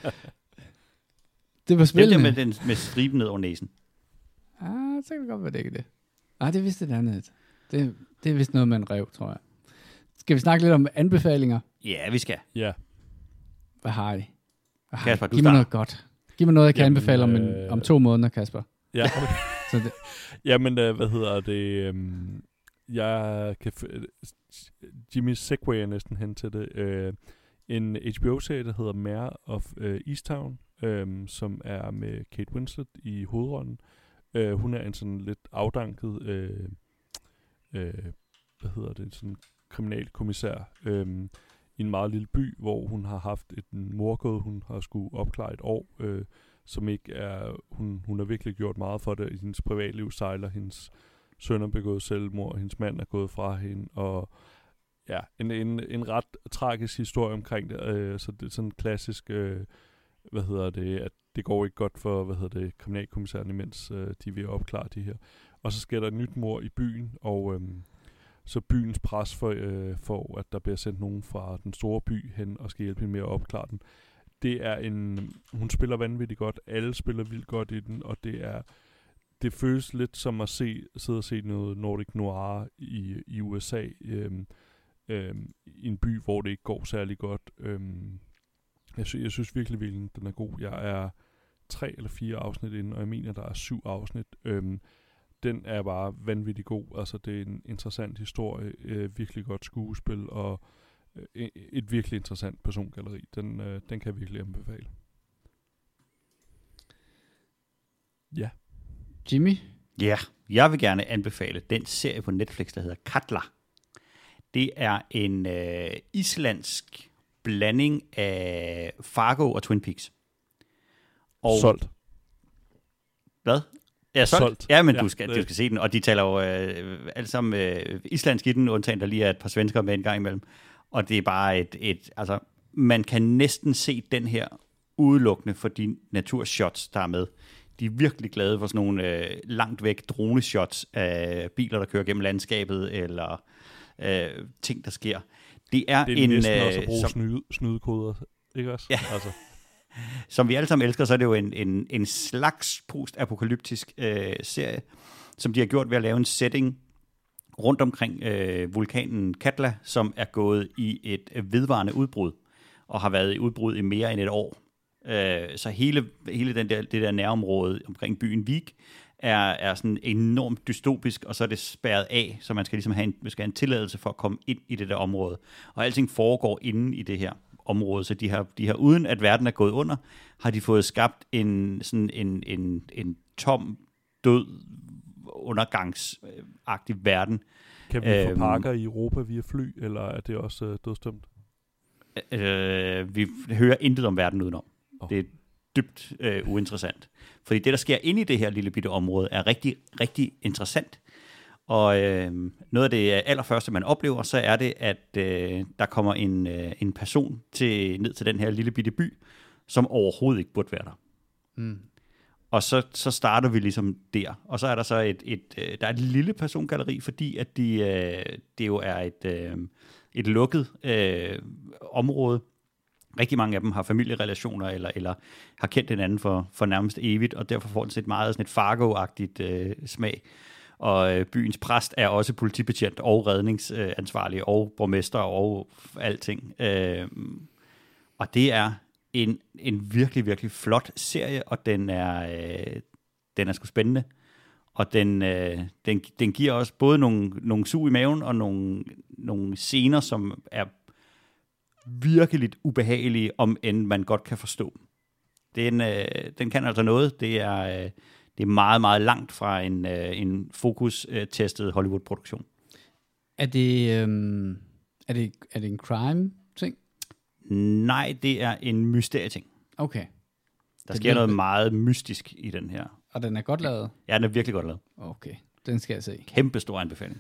Det var spillende. Det der med, den, med striben ned over næsen. Ah, så kan det godt være, det ikke det. Ah, det er vist et andet. Det, det er vist noget med en rev, tror jeg. Skal vi snakke lidt om anbefalinger? Ja, vi skal. Ja. Hvad har I? Hvad har Kasper, I? du Giv mig noget godt. Giv mig noget, jeg kan Jamen, anbefale om, en, øh... om to måneder, Kasper. Ja. Så det... Jamen, øh, hvad hedder det? Um, jeg kan... F- Jimmy segway er næsten hen til det. Uh, en H B O-serie, der hedder Mare of uh, Easttown, um, som er med Kate Winslet i hovedrollen. Uh, hun er en sådan lidt afdanket... Uh, uh, hvad hedder det? Sådan kriminalkommissær um, i en meget lille by, hvor hun har haft et mordgåde, hun har skulle opklare et år, uh, som ikke er... Hun, hun har virkelig gjort meget for det. I hendes privatliv sejler hendes søn er begået selvmord, hendes mand er gået fra hende, og ja, en, en, en ret tragisk historie omkring det. Øh, så det er sådan en klassisk, øh, hvad hedder det, at det går ikke godt for, hvad hedder det, kriminalkommissæren, imens øh, de er ved at opklare de her. Og så sker der et nyt mord i byen, og øh, så byens pres for, øh, for, at der bliver sendt nogen fra den store by hen og skal hjælpe hende med at opklare den. Det er en... Hun spiller vanvittigt godt. Alle spiller vildt godt i den, og det er... Det føles lidt som at se, sidde og se noget Nordic Noir i, i U S A. Øhm, øhm, I en by, hvor det ikke går særlig godt. Øhm, jeg, sy- jeg synes virkelig, virkelig, den er god. Jeg er tre eller fire afsnit inde, og jeg mener, der er syv afsnit. Øhm, den er bare vanvittigt god. Altså, det er en interessant historie, øh, virkelig godt skuespil, og øh, et virkelig interessant persongalleri. Den, øh, den kan jeg virkelig anbefale. Ja. Jimmy? Ja, yeah, jeg vil gerne anbefale den serie på Netflix, der hedder Katla. Det er en øh, islandsk blanding af Fargo og Twin Peaks. Og solgt. Hvad? Ja, solgt. solgt. Ja, men ja, du, skal, du skal se den, og de taler jo øh, alle sammen øh, islandsk i den, undtagen der lige er et par svensker med en gang imellem. Og det er bare et, et, altså, man kan næsten se den her udelukkende for de naturshots, der er med. De er virkelig glade for sådan nogle øh, langt væk droneshots af biler, der kører gennem landskabet, eller øh, ting, der sker. Det er, det er en... næsten øh, også at bruge som, snyde, snydekoder, ikke også? Ja. Altså. Som vi alle sammen elsker, så er det jo en, en, en slags post-apokalyptisk øh, serie, som de har gjort ved at lave en setting rundt omkring øh, vulkanen Katla, som er gået i et vedvarende udbrud, og har været i udbrud i mere end et år. Så hele, hele den der, det der nærområde omkring byen Vik er, er sådan enormt dystopisk, og så er det spærret af, så man skal ligesom have en, man skal have en tilladelse for at komme ind i det der område. Og alting foregår inde i det her område, så de har, de har uden at verden er gået under, har de fået skabt en, sådan en, en, en tom, død, undergangsagtig verden. Kan vi æm, få pakker i Europa via fly, eller er det også øh, dødstømt? Øh, vi hører intet om verden udenom. Oh. Det er dybt øh, uinteressant. Fordi det, der sker inde i det her lille bitte område, er rigtig, rigtig interessant. Og øh, noget af det allerførste, man oplever, så er det, at øh, der kommer en, øh, en person til, ned til den her lille bitte by, som overhovedet ikke burde være der. Mm. Og så, så starter vi ligesom der. Og så er der så et, et, øh, der er et lille persongalleri, fordi at de, øh, det jo er et, øh, et lukket øh, område. Rigtig mange af dem har familierelationer, eller, eller har kendt hinanden for, for nærmest evigt, og derfor får den et meget sådan et Fargo-agtigt øh, smag. Og øh, byens præst er også politibetjent og redningsansvarlig øh, og borgmester og alting. Øh, og det er en, en virkelig, virkelig flot serie, og den er, øh, den er sgu spændende. Og den, øh, den, den giver også både nogle, nogle sug i maven og nogle, nogle scener, som er virkelig ubehagelige, om end man godt kan forstå dem. Den, øh, den kan altså noget. Det er, øh, det er meget, meget langt fra en, øh, en fokus-testet Hollywood-produktion. Er det, øhm, er det, er det en crime-ting? Nej, det er en mysterie-ting. Okay. Der sker noget meget mystisk i den her. Og den er godt lavet? Ja, den er virkelig godt lavet. Okay, den skal jeg se. Kæmpe stor anbefaling.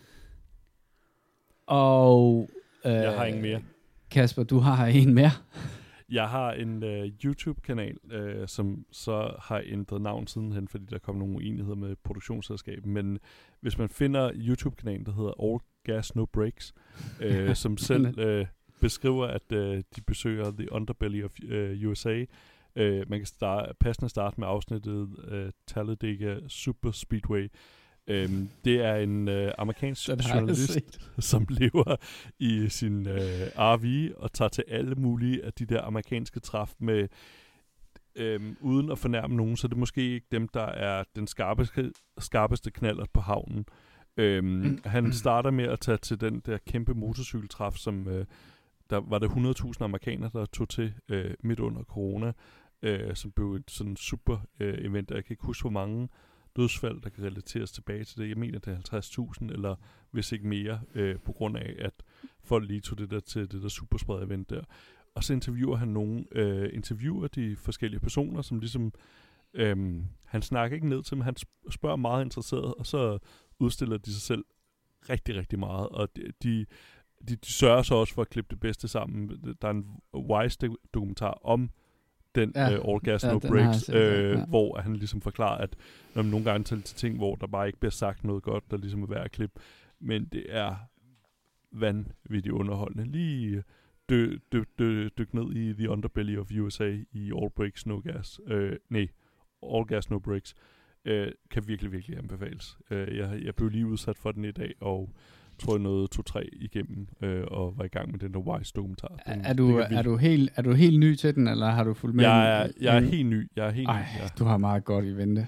Og øh, Jeg har ingen mere. Kasper, du har en mere. Jeg har en uh, YouTube-kanal, uh, som så har ændret navn sidenhen, fordi der kom nogle uenigheder med produktionsselskabet. Men hvis man finder YouTube-kanalen, der hedder All Gas No Breaks, uh, som selv uh, beskriver, at uh, de besøger The Underbelly of uh, U S A. Uh, man kan starte, passende starte med afsnittet uh, Talladega Super Speedway. Um, det er en uh, amerikansk journalist, som lever i sin uh, R V og tager til alle mulige af de der amerikanske træf med, um, uden at fornærme nogen, så det er måske ikke dem, der er den skarpeste, skarpeste knallert på havnen. Um, mm. Han starter med at tage til den der kæmpe motorcykeltræf, som uh, der var der hundrede tusind amerikanere, der tog til uh, midt under corona, uh, som blev et sådan super uh, event. Jeg kan ikke huske, hvor mange dødsfald, der kan relateres tilbage til det. Jeg mener, det er halvtreds tusind, eller hvis ikke mere, øh, på grund af, at folk lige tog det der til det der superspred-event der. Og så interviewer han nogen, øh, interviewer de forskellige personer, som ligesom, øh, han snakker ikke ned til, men han spørger meget interesseret, og så udstiller de sig selv rigtig, rigtig meget. Og de, de, de, de sørger så også for at klippe det bedste sammen. Der er en Vice-dokumentar om den ja, uh, All Gas No ja, Breaks, set, øh, ja. hvor han ligesom forklarer, at når man nogle gange tager til ting, hvor der bare ikke bliver sagt noget godt, der ligesom er værd at klippe, men det er vanvittigt underholdende. Lige dyk dy, dy, dy, ned i The Underbelly of U S A i All Breaks No Gas. Øh, nej, All Gas No Breaks. Øh, kan virkelig, virkelig anbefales. Øh, jeg, jeg blev lige udsat for den i dag, og tror jeg nåede to-tre igennem, øh, og var i gang med den der Wise-dokumentar. Er, er, du, er, du helt, er du helt ny til den, eller har du fulgt med? Jeg er, jeg er helt ny. Jeg er helt Ej, ny, ja. Du har meget godt i vente.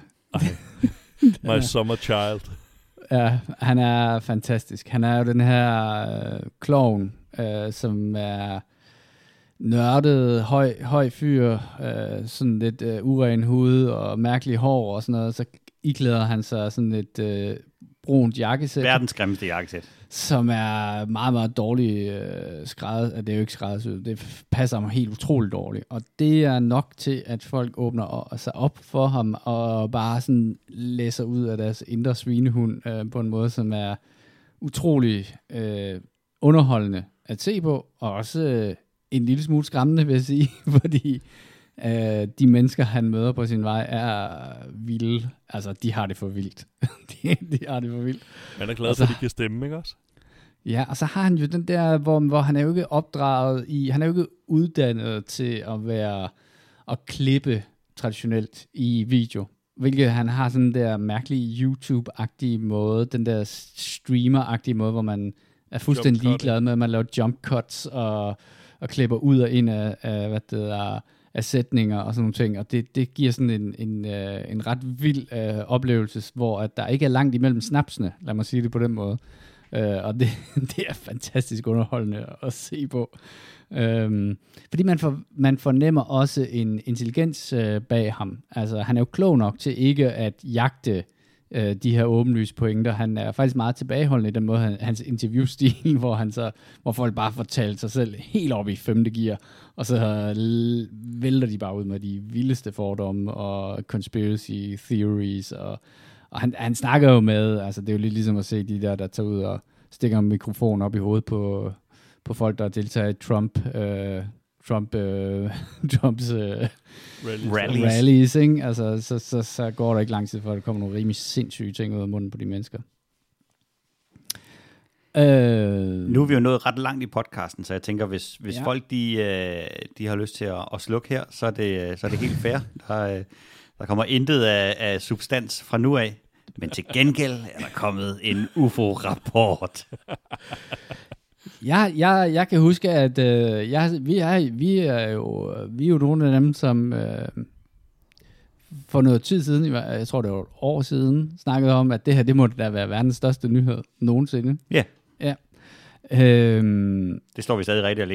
My summer child. Ja, han er fantastisk. Han er jo den her øh, klovn, øh, som er nørdet, høj, høj fyr, øh, sådan lidt øh, uren hud og mærkelig hår og sådan noget, så iklæder han sig sådan et øh, brunt jakkesæt. Verdens grimmeste jakkesæt. Som er meget, meget dårligt øh, skræddet. Det er jo ikke skræddersyet. Det passer mig helt utroligt dårligt. Og det er nok til, at folk åbner sig op for ham, og bare sådan læser ud af deres indre svinehund øh, på en måde, som er utrolig øh, underholdende at se på, og også øh, en lille smule skræmmende, vil jeg sige, fordi Uh, de mennesker, han møder på sin vej, er vilde. Altså, de har det for vildt. de, de har det for vildt. Man er glad for, at de kan stemme, ikke også? Ja, og så har han jo den der, hvor, hvor han er jo ikke opdraget i, han er jo ikke uddannet til at være, at klippe traditionelt i video. Hvilket han har sådan der mærkelige YouTube-agtige måde, den der streamer-agtige måde, hvor man er fuldstændig ligeglad med, at man laver jump cuts og, og klipper ud og ind af, af hvad det er, af sætninger og sådan nogle ting, og det, det giver sådan en, en, øh, en ret vild øh, oplevelse, hvor at der ikke er langt imellem snapsene, lad mig sige det på den måde. Øh, og det, det er fantastisk underholdende at se på. Øhm, fordi man, for, man fornemmer også en intelligens øh, bag ham. Altså, han er jo klog nok til ikke at jagte øh, de her åbenlyse pointer. Han er faktisk meget tilbageholdende i den måde, han, hans interviewstil, hvor, han så, hvor folk bare fortæller sig selv helt op i femte gear, og så l- vælter de bare ud med de vildeste fordomme og conspiracy theories, og, og han, han snakker jo med, altså det er jo lidt ligesom at se de der, der tager ud og stikker en mikrofon op i hovedet på, på folk, der deltager i Trump, øh, Trump, øh, Trumps øh, rallies, rallies ikke? Altså, så, så, så går der ikke lang tid, før der kommer nogle rimelig sindssyge ting ud af munden på de mennesker. Øh, nu er vi jo nået ret langt i podcasten, så jeg tænker, hvis, hvis ja. folk de, øh, de har lyst til at, at slukke her, så er det, så er det helt fair. Der, øh, der kommer intet af, af substans fra nu af, men til gengæld er der kommet en U F O-rapport. Jeg, jeg, jeg kan huske, at øh, jeg, vi, er, vi, er jo, vi er jo nogle af dem, som øh, for noget tid siden, jeg tror det var et år siden, snakkede om, at det her, det må da være verdens største nyhed nogensinde. Ja. Ja. Øhm, det står vi stadig rigtig alene med.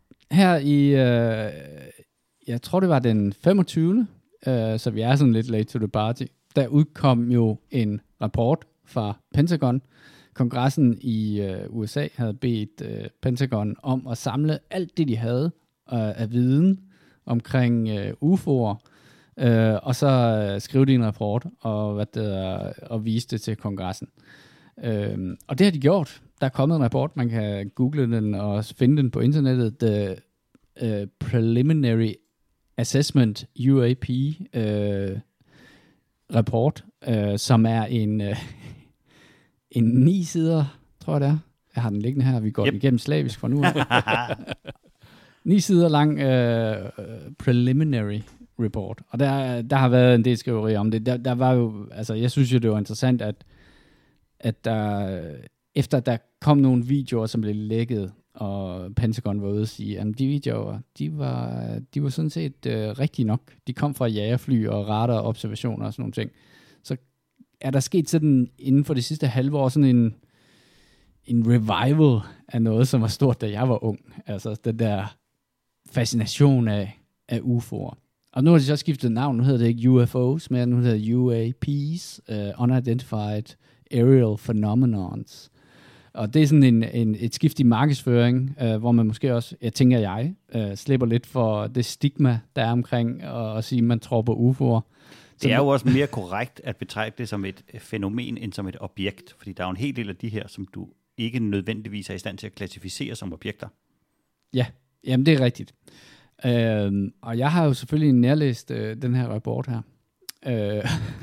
her i, øh, jeg tror det var den femogtyvende Øh, så vi er sådan lidt late to the party, der udkom jo en rapport fra Pentagon. Kongressen i øh, U S A havde bedt øh, Pentagon om at samle alt det, de havde øh, af viden omkring øh, U F O'er, øh, og så øh, skrive det i en rapport og, hvad det er, og vise det til Kongressen. Øh, og det har de gjort. Der er kommet en rapport, man kan google den og finde den på internettet. The uh, Preliminary Assessment U A P øh, rapport, øh, som er en, øh, en ni sider, tror jeg det er. Jeg har den liggende her, vi går yep. den igennem slavisk fra nu af. ni sider lang øh, preliminary report, og der, der har været en del skriverier om det. Der, der var jo, altså jeg synes jo, det var interessant, at, at der, efter der kom nogle videoer, som blev lækket, og Pentagon var ude og sige, at de videoer, de var, de var sådan set øh, rigtige nok. De kom fra jagerfly og radar observationer og sådan nogle ting. Så er der sket sådan inden for de sidste halve år sådan en, en revival af noget, som var stort, da jeg var ung. Altså den der fascination af, af U F O'er. Og nu har de så skiftet navn. Nu hedder det ikke U F O's, men nu hedder det U A P's, uh, Unidentified Aerial Phenomenons. Og det er sådan en, en, et skift i markedsføring, øh, hvor man måske også, jeg tænker jeg, øh, slipper lidt for det stigma, der er omkring at, at sige, at man tror på U F O'er. Det er jo også mere korrekt at betragte det som et fænomen, end som et objekt, fordi der er jo en hel del af de her, som du ikke nødvendigvis er i stand til at klassificere som objekter. Ja, jamen det er rigtigt. Øh, og jeg har jo selvfølgelig nærlæst øh, den her rapport her. Øh,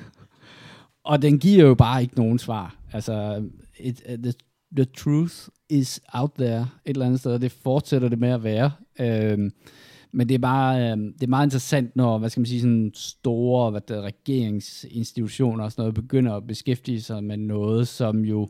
og den giver jo bare ikke nogen svar. Altså, et, et, the truth is out there et eller andet sted, og det fortsætter det med at være. Øhm, men det er bare øhm, det er meget interessant, når, hvad skal man sige, sådan store hvad der, regeringsinstitutioner og sådan noget begynder at beskæftige sig med noget, som jo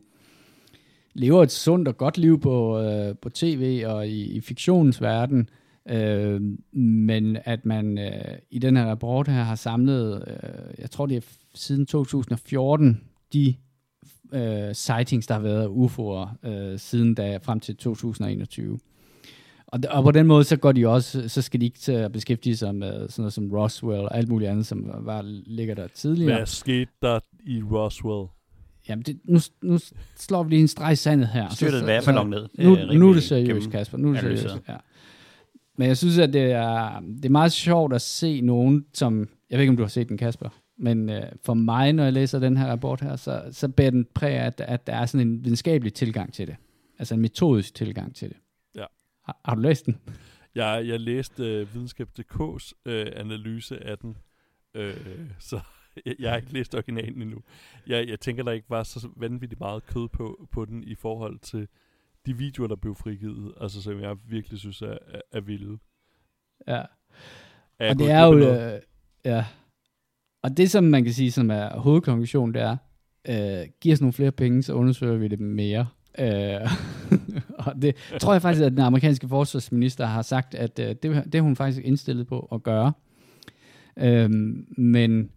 lever et sundt og godt liv på, øh, på tv og i, i fiktionens verden, øh, men at man øh, i den her rapport her har samlet, øh, jeg tror det er siden to tusind og fjorten, de Uh, sightings, der har været af U F O'er uh, siden da, frem til to tusind og enogtyve. Og, og på den måde, så går de også, så skal de ikke til at beskæftige sig med sådan noget som Roswell og alt muligt andet, som var, ligger der tidligere. Hvad skete der i Roswell? Jamen, det, nu, nu slår vi lige en streg i sandet her. Styrtet vejrballon ned. Nu, nu er det seriøst, Kasper. Nu er det seriøst, ja. Men jeg synes, at det er, det er meget sjovt at se nogen, som, jeg ved ikke, om du har set den, Kasper, men øh, for mig, når jeg læser den her rapport her, så, så bærer den præg af, at, at der er sådan en videnskabelig tilgang til det. Altså en metodisk tilgang til det. Ja. Har, har du læst den? Jeg, jeg læste øh, videnskab punktum d k's øh, analyse af den, øh, så jeg, jeg har ikke læst originalen endnu. Jeg, jeg tænker, der ikke var så vanvittigt meget kød på, på den i forhold til de videoer, der blev frigivet, altså som jeg virkelig synes er, er, er vilde. Ja. Er og det er jo... Øh, ja... Og det, som man kan sige, som er hovedkonklusionen, det er, øh, giver os nogle flere penge, så undersøger vi det mere. Øh, og det tror jeg faktisk, at den amerikanske forsvarsminister har sagt, at øh, det, det er hun faktisk indstillet på at gøre. Øh, men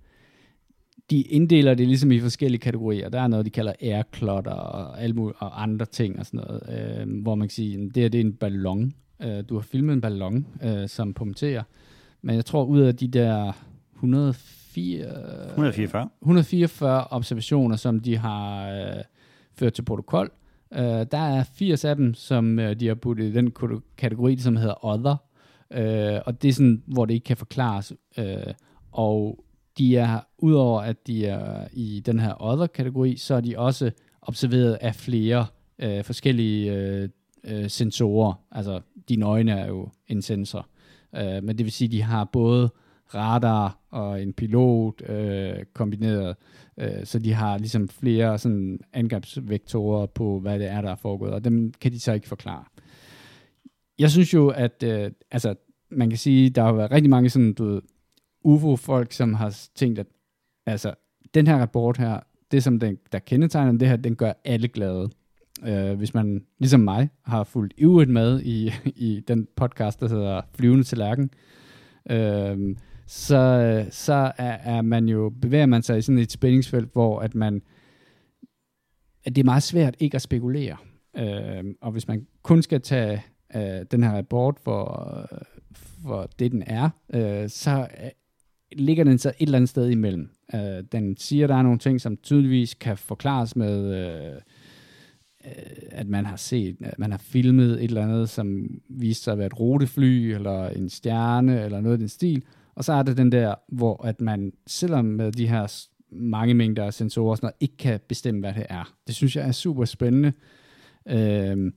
de inddeler det ligesom i forskellige kategorier. Der er noget, de kalder air clutter og, alle mulige, og andre ting og sådan noget, øh, hvor man kan sige, at det her det er en ballon. Øh, du har filmet en ballon, øh, som punkterer. Men jeg tror, ud af de der et hundrede og fireogfyrre et hundrede og fireogfyrre observationer, som de har øh, ført til protokol. Øh, der er firs af dem, som øh, de har puttet i den kategori, som hedder other. Øh, og det er sådan, hvor det ikke kan forklares. Øh, og de er, udover at de er i den her other-kategori, så er de også observeret af flere øh, forskellige øh, øh, sensorer. Altså, dine øjne er jo en sensor. Øh, men det vil sige, at de har både radar og en pilot øh, kombineret, øh, så de har ligesom flere sådan angrebsvektorer på, hvad det er, der er foregået, og dem kan de så ikke forklare. Jeg synes jo, at øh, altså, man kan sige, der har været rigtig mange sådan, du ved, U F O-folk, som har tænkt, at altså, den her rapport her, det som den, der kendetegner det her, den gør alle glade. Øh, hvis man, ligesom mig, har fulgt ivrigt med i, i den podcast, der hedder Flyvende Tallerken, øh, så, så er, er man jo, bevæger man sig i sådan et spændingsfelt, hvor at man, at det er meget svært ikke at spekulere. Øh, og hvis man kun skal tage øh, den her rapport for, for det, den er, øh, så øh, ligger den så et eller andet sted imellem. Øh, den siger, at der er nogle ting, som tydeligvis kan forklares med, øh, øh, at man har set, at man har filmet et eller andet, som viste sig at være et rutefly, eller en stjerne, eller noget af den stil. Og så er det den der, hvor at man, selvom med de her mange mængder af sensorer, sådan noget, ikke kan bestemme, hvad det er. Det synes jeg er super spændende. Øh,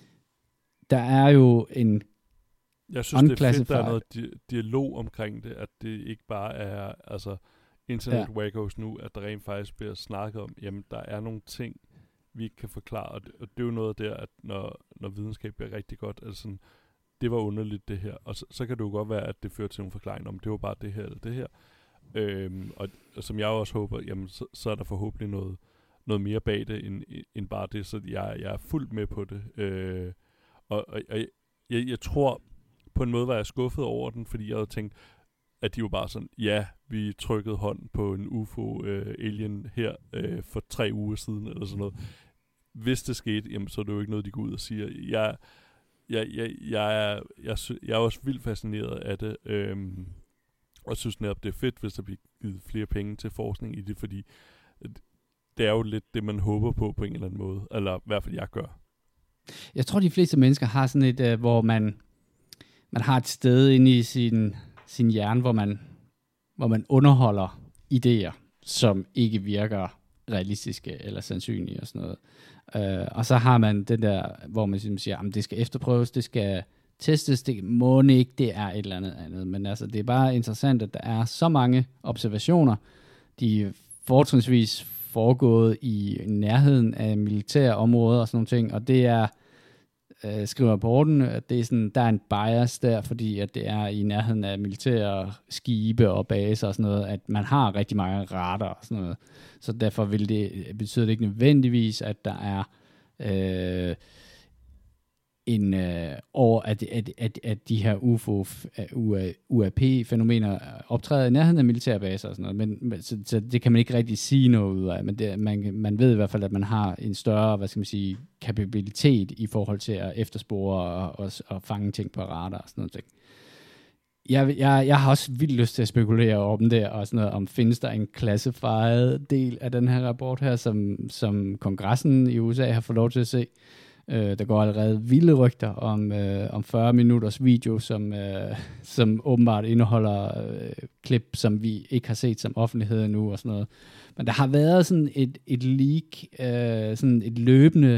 der er jo en Jeg synes, det er fedt, der er noget di- dialog omkring det, at det ikke bare er altså internet ja. wackos nu, at der rent faktisk bliver snakket om, jamen, der er nogle ting, vi ikke kan forklare, og det, og det er jo noget der, at når, når videnskab bliver rigtig godt, altså sådan, det var underligt det her, og så, så kan det jo godt være, at det fører til nogle forklaringer om, det var bare det her eller det her, øhm, og, og som jeg også håber, jamen, så, så er der forhåbentlig noget, noget mere bag det, end, end bare det, så jeg, jeg er fuldt med på det, øh, og, og, og jeg, jeg tror, på en måde var jeg skuffet over den, fordi jeg havde tænkt, at de var bare sådan, ja, vi trykkede hånd på en U F O-alien øh, her øh, for tre uger siden, eller sådan noget. Hvis det skete, jamen, så er det jo ikke noget, de går ud og siger. Jeg, jeg, jeg, jeg, er, jeg, jeg er også vildt fascineret af det, øhm, og synes netop, det er fedt, hvis der bliver givet flere penge til forskning i det, fordi det er jo lidt det, man håber på på en eller anden måde, eller i hvert fald jeg gør. Jeg tror, de fleste mennesker har sådan et, øh, hvor man man har et sted inde i sin, sin hjerne, hvor man, hvor man underholder idéer, som ikke virker realistiske eller sandsynlige og sådan noget. Uh, og så har man den der, hvor man siger, at det skal efterprøves, det skal testes, det må ikke, det er et eller andet andet. Men altså, det er bare interessant, at der er så mange observationer. De er fortrinsvis foregået i nærheden af militære områder og sådan nogle ting, og det er Øh, skriver rapporten, at det er sådan, der er en bias der, fordi at det er i nærheden af militære skibe og baser og sådan noget, at man har rigtig mange radar og sådan noget. Så derfor vil det, betyder det ikke nødvendigvis, at der er øh, en øh, over, at, at, at, at de her U F O, U A P-fænomener optræder i nærheden af militærbaser og sådan noget, men så, så det kan man ikke rigtig sige noget ud af, men det, man, man ved i hvert fald, at man har en større, hvad skal man sige, kapabilitet i forhold til at efterspore og, og, og fange ting på radar og sådan noget. Jeg, jeg, jeg har også vildt lyst til at spekulere om det, og sådan noget, om findes der en classified del af den her rapport her, som, som kongressen i U S A har fået lov til at se. Uh, der går allerede vilde rygter om, uh, om fyrre minutters video, som, uh, som åbenbart indeholder uh, klip, som vi ikke har set som offentlighed endnu og sådan noget. Men der har været sådan et, et leak, uh, sådan et løbende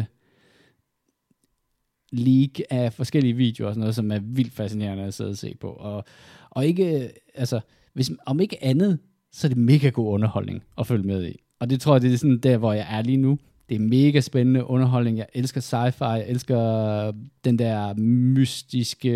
leak af forskellige videoer og sådan noget, som er vildt fascinerende at sidde og se på. Og, og ikke, altså, hvis, om ikke andet, så er det mega god underholdning at følge med i. Og det tror jeg, det er sådan der, hvor jeg er lige nu. Det er mega spændende underholdning. Jeg elsker sci-fi. Jeg elsker den der mystiske...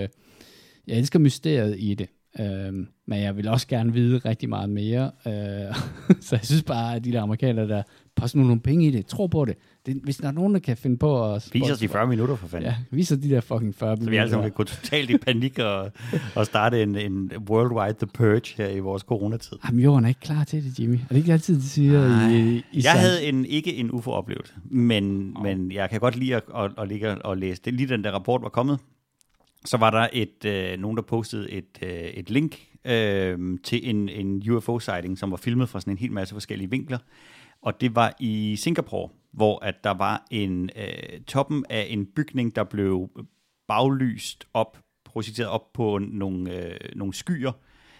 Jeg elsker mysteriet i det. Um, men jeg vil også gerne vide rigtig meget mere. Uh, så jeg synes bare, at de der amerikanere, der poster nu nogle penge i det, tror på det. det. Hvis der er nogen, der kan finde på at... Viser de fyrre minutter for fanden. Ja, viser de der fucking fyrre minutter. Så vi alle sammen vil gå totalt i panik og, og starte en, en worldwide The Purge her i vores coronatid. Jamen, jorden er ikke klar til det, Jimmy. Er det ikke altid, de siger i, i Jeg havde en, ikke en U F O-oplevelse, men, oh. men jeg kan godt lide at, at, at ligge og læse det. Lige den der rapport var kommet, så var der et, øh, nogen, der postede et, øh, et link øh, til en, en U F O-sighting, som var filmet fra sådan en hel masse forskellige vinkler. Og det var i Singapore, hvor at der var en øh, toppen af en bygning, der blev baglyst op, projiceret op på nogle, øh, nogle skyer,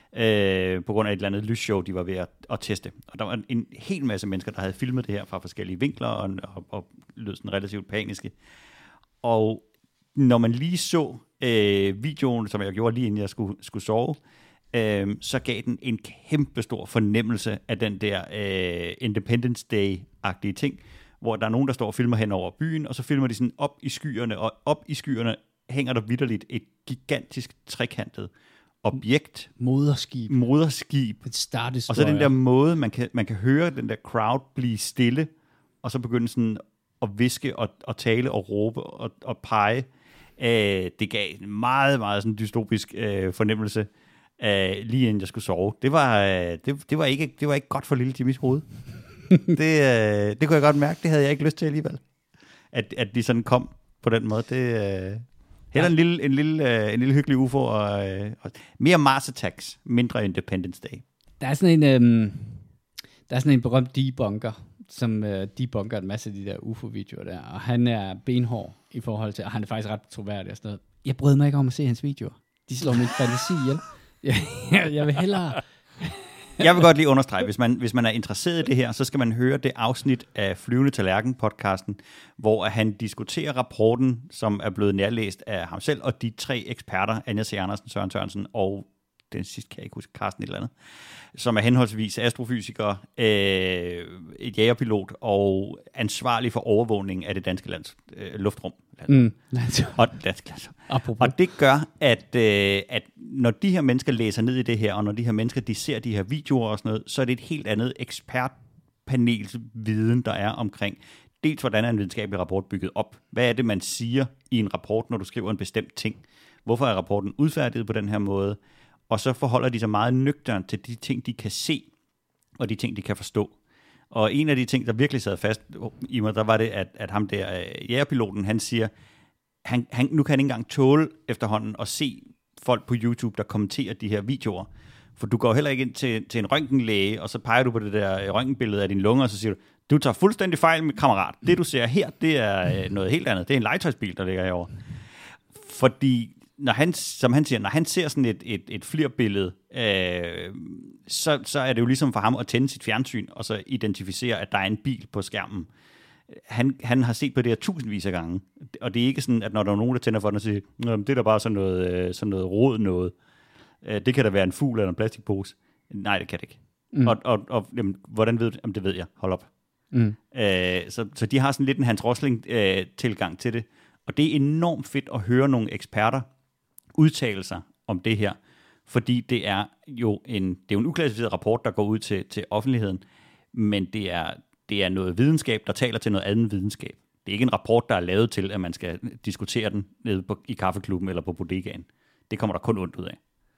øh, på grund af et eller andet lysshow, de var ved at, at teste. Og der var en, en hel masse mennesker, der havde filmet det her fra forskellige vinkler, og, og, og lød sådan relativt paniske. Og når man lige så øh, videoen, som jeg gjorde lige inden jeg skulle, skulle sove, øh, så gav den en kæmpe stor fornemmelse af den der øh, Independence Day-agtige ting, hvor der er nogen, der står og filmer hen over byen, og så filmer de sådan op i skyerne, og op i skyerne hænger der vitterligt et gigantisk trekantet objekt. Moderskib. Moderskib. Et Star Destroyer. Og så den der måde, man kan, man kan høre den der crowd blive stille, og så begynde sådan at viske og, og tale og råbe og, og pege. Øh, det gav en meget, meget sådan dystopisk øh, fornemmelse, øh, lige inden jeg skulle sove. Det var, øh, det, det var, ikke, det var ikke godt for lille Jimmys hoved. det, øh, det kunne jeg godt mærke, det havde jeg ikke lyst til alligevel. At, at de sådan kom på den måde, det, øh, Heller en lille, en lille, uh, en lille hyggelig U F O og, uh, og mere Mars Attacks, mindre Independence Day. Der er sådan en, øhm, der er sådan en berømt debunker, som øh, debunker en masse af de der U F O-videoer der, og han er benhård i forhold til, og han er faktisk ret troværdig og sådan noget. Jeg bryder mig ikke om at se hans videoer. De slår min fantasi ihjel. Jeg, jeg vil hellere... Jeg vil godt lige understrege, hvis man, hvis man er interesseret i det her, så skal man høre det afsnit af Flyvende Tallerken-podcasten, hvor han diskuterer rapporten, som er blevet nærlæst af ham selv, og de tre eksperter, Anja C. Andersen, Søren Sørensen og den sidste kan jeg ikke huske, Carsten et eller andet, som er henholdsvis astrofysiker, øh, et jægerpilot og ansvarlig for overvågning af det danske lands øh, luftrum. Mm. Og, og det gør, at, øh, at når de her mennesker læser ned i det her, og når de her mennesker de ser de her videoer og sådan noget, så er det et helt andet ekspertpanels viden, der er omkring dels hvordan er en videnskabelig rapport bygget op. Hvad er det, man siger i en rapport, når du skriver en bestemt ting? Hvorfor er rapporten udfærdiget på den her måde? Og så forholder de sig meget nøgternt til de ting, de kan se, og de ting, de kan forstå. Og en af de ting, der virkelig sad fast i mig, der var det, at, at ham der jægerpiloten, han siger, han, han, nu kan han ikke engang tåle efterhånden at se folk på YouTube, der kommenterer de her videoer. For du går heller ikke ind til, til en røntgenlæge, og så peger du på det der røntgenbillede af dine lunger, og så siger du, du tager fuldstændig fejl, mit kammerat. Det, du ser her, det er noget helt andet. Det er en legetøjsbil, der ligger herovre. Fordi når han, som han siger, når han ser sådan et, et, et flirbillede, øh, så, så er det jo ligesom for ham at tænde sit fjernsyn, og så identificere, at der er en bil på skærmen. Han, han har set på det her tusindvis af gange, og det er ikke sådan, at når der er nogen, der tænder for den og siger, det er da bare sådan noget, sådan noget rod noget. Det kan da være en fugl eller en plastikpose. Nej, det kan det ikke. Mm. Og, og, og jamen, hvordan ved du? Jamen, det ved jeg. Hold op. Mm. Øh, så, så de har sådan lidt en Hans Rosling-tilgang øh, til det, og det er enormt fedt at høre nogle eksperter udtale sig om det her, fordi det er jo en, det er jo en uklassificeret rapport, der går ud til, til offentligheden, men det er, det er noget videnskab, der taler til noget andet videnskab. Det er ikke en rapport, der er lavet til, at man skal diskutere den nede på, i kaffeklubben eller på bodegaen. Det kommer der kun ondt ud af.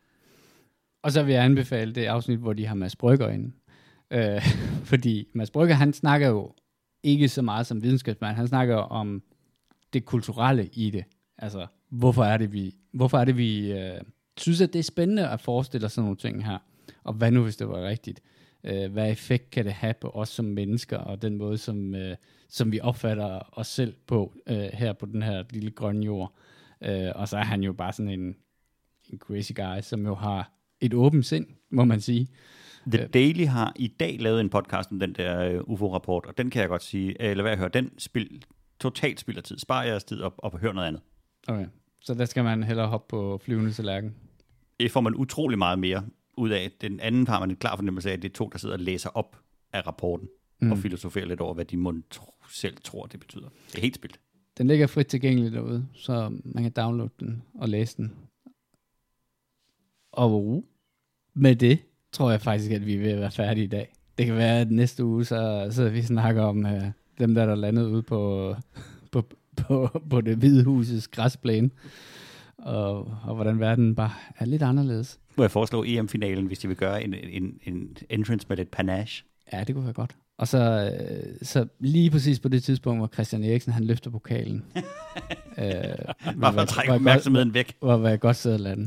Og så vil jeg anbefale det afsnit, hvor de har Mads Brygger inde. Øh, fordi Mads Brygger, han snakker jo ikke så meget som videnskabsmand, han snakker om det kulturelle i det. Altså, hvorfor er det, vi, hvorfor er det, vi øh, synes, at det er spændende at forestille os sådan nogle ting her? Og hvad nu, hvis det var rigtigt? Øh, hvad effekt kan det have på os som mennesker, og den måde, som, øh, som vi opfatter os selv på, øh, her på den her lille grønne jord? Øh, og så er han jo bare sådan en, en crazy guy, som jo har et åbent sind, må man sige. The Daily har i dag lavet en podcast om den der U F O-rapport, og den kan jeg godt sige, eller hvad jeg hører, den spil, totalt spilder tid. Spar jeres tid op og hør noget andet. Okay, så der skal man hellere hoppe på Flyvende Tallerken. Det får man utrolig meget mere ud af. Den anden har man en klar fornemmelse af, at det er to, der sidder og læser op af rapporten, mm. og filosoferer lidt over, hvad de må selv tror, det betyder. Det er helt spildt. Den ligger frit tilgængelig derude, så man kan downloade den og læse den. Og med det tror jeg faktisk, at vi er ved at være færdige i dag. Det kan være, at næste uge, så, så vi snakker om uh, dem, der er landet ude på, på, på, på det Hvide Husets græsplæne, og, og hvordan verden bare er lidt anderledes. Må jeg foreslå E M-finalen, hvis de vil gøre en, en, en entrance med lidt panache? Ja, det kunne være godt. Og så, så lige præcis på det tidspunkt, hvor Christian Eriksen, han løfter pokalen. øh, bare for at trække opmærksomheden væk. Hvor var jeg godt siddet lande.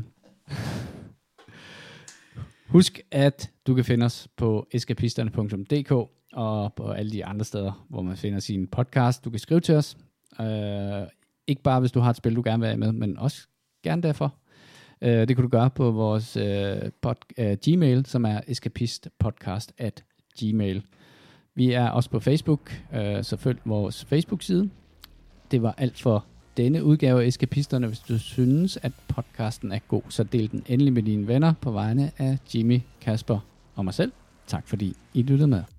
Husk, at du kan finde os på eskapisterne punktum d k og på alle de andre steder, hvor man finder sin podcast. Du kan skrive til os. Uh, ikke bare, hvis du har et spil, du gerne vil have med, men også gerne derfor. Uh, det kan du gøre på vores uh, pod, uh, Gmail, som er eskapistpodcast at gmail. Vi er også på Facebook, uh, så følg vores Facebook-side. Det var alt for denne udgave af Eskapisterne. Hvis du synes, at podcasten er god, så del den endelig med dine venner på vegne af Jimmy, Kasper og mig selv. Tak fordi I lyttede med.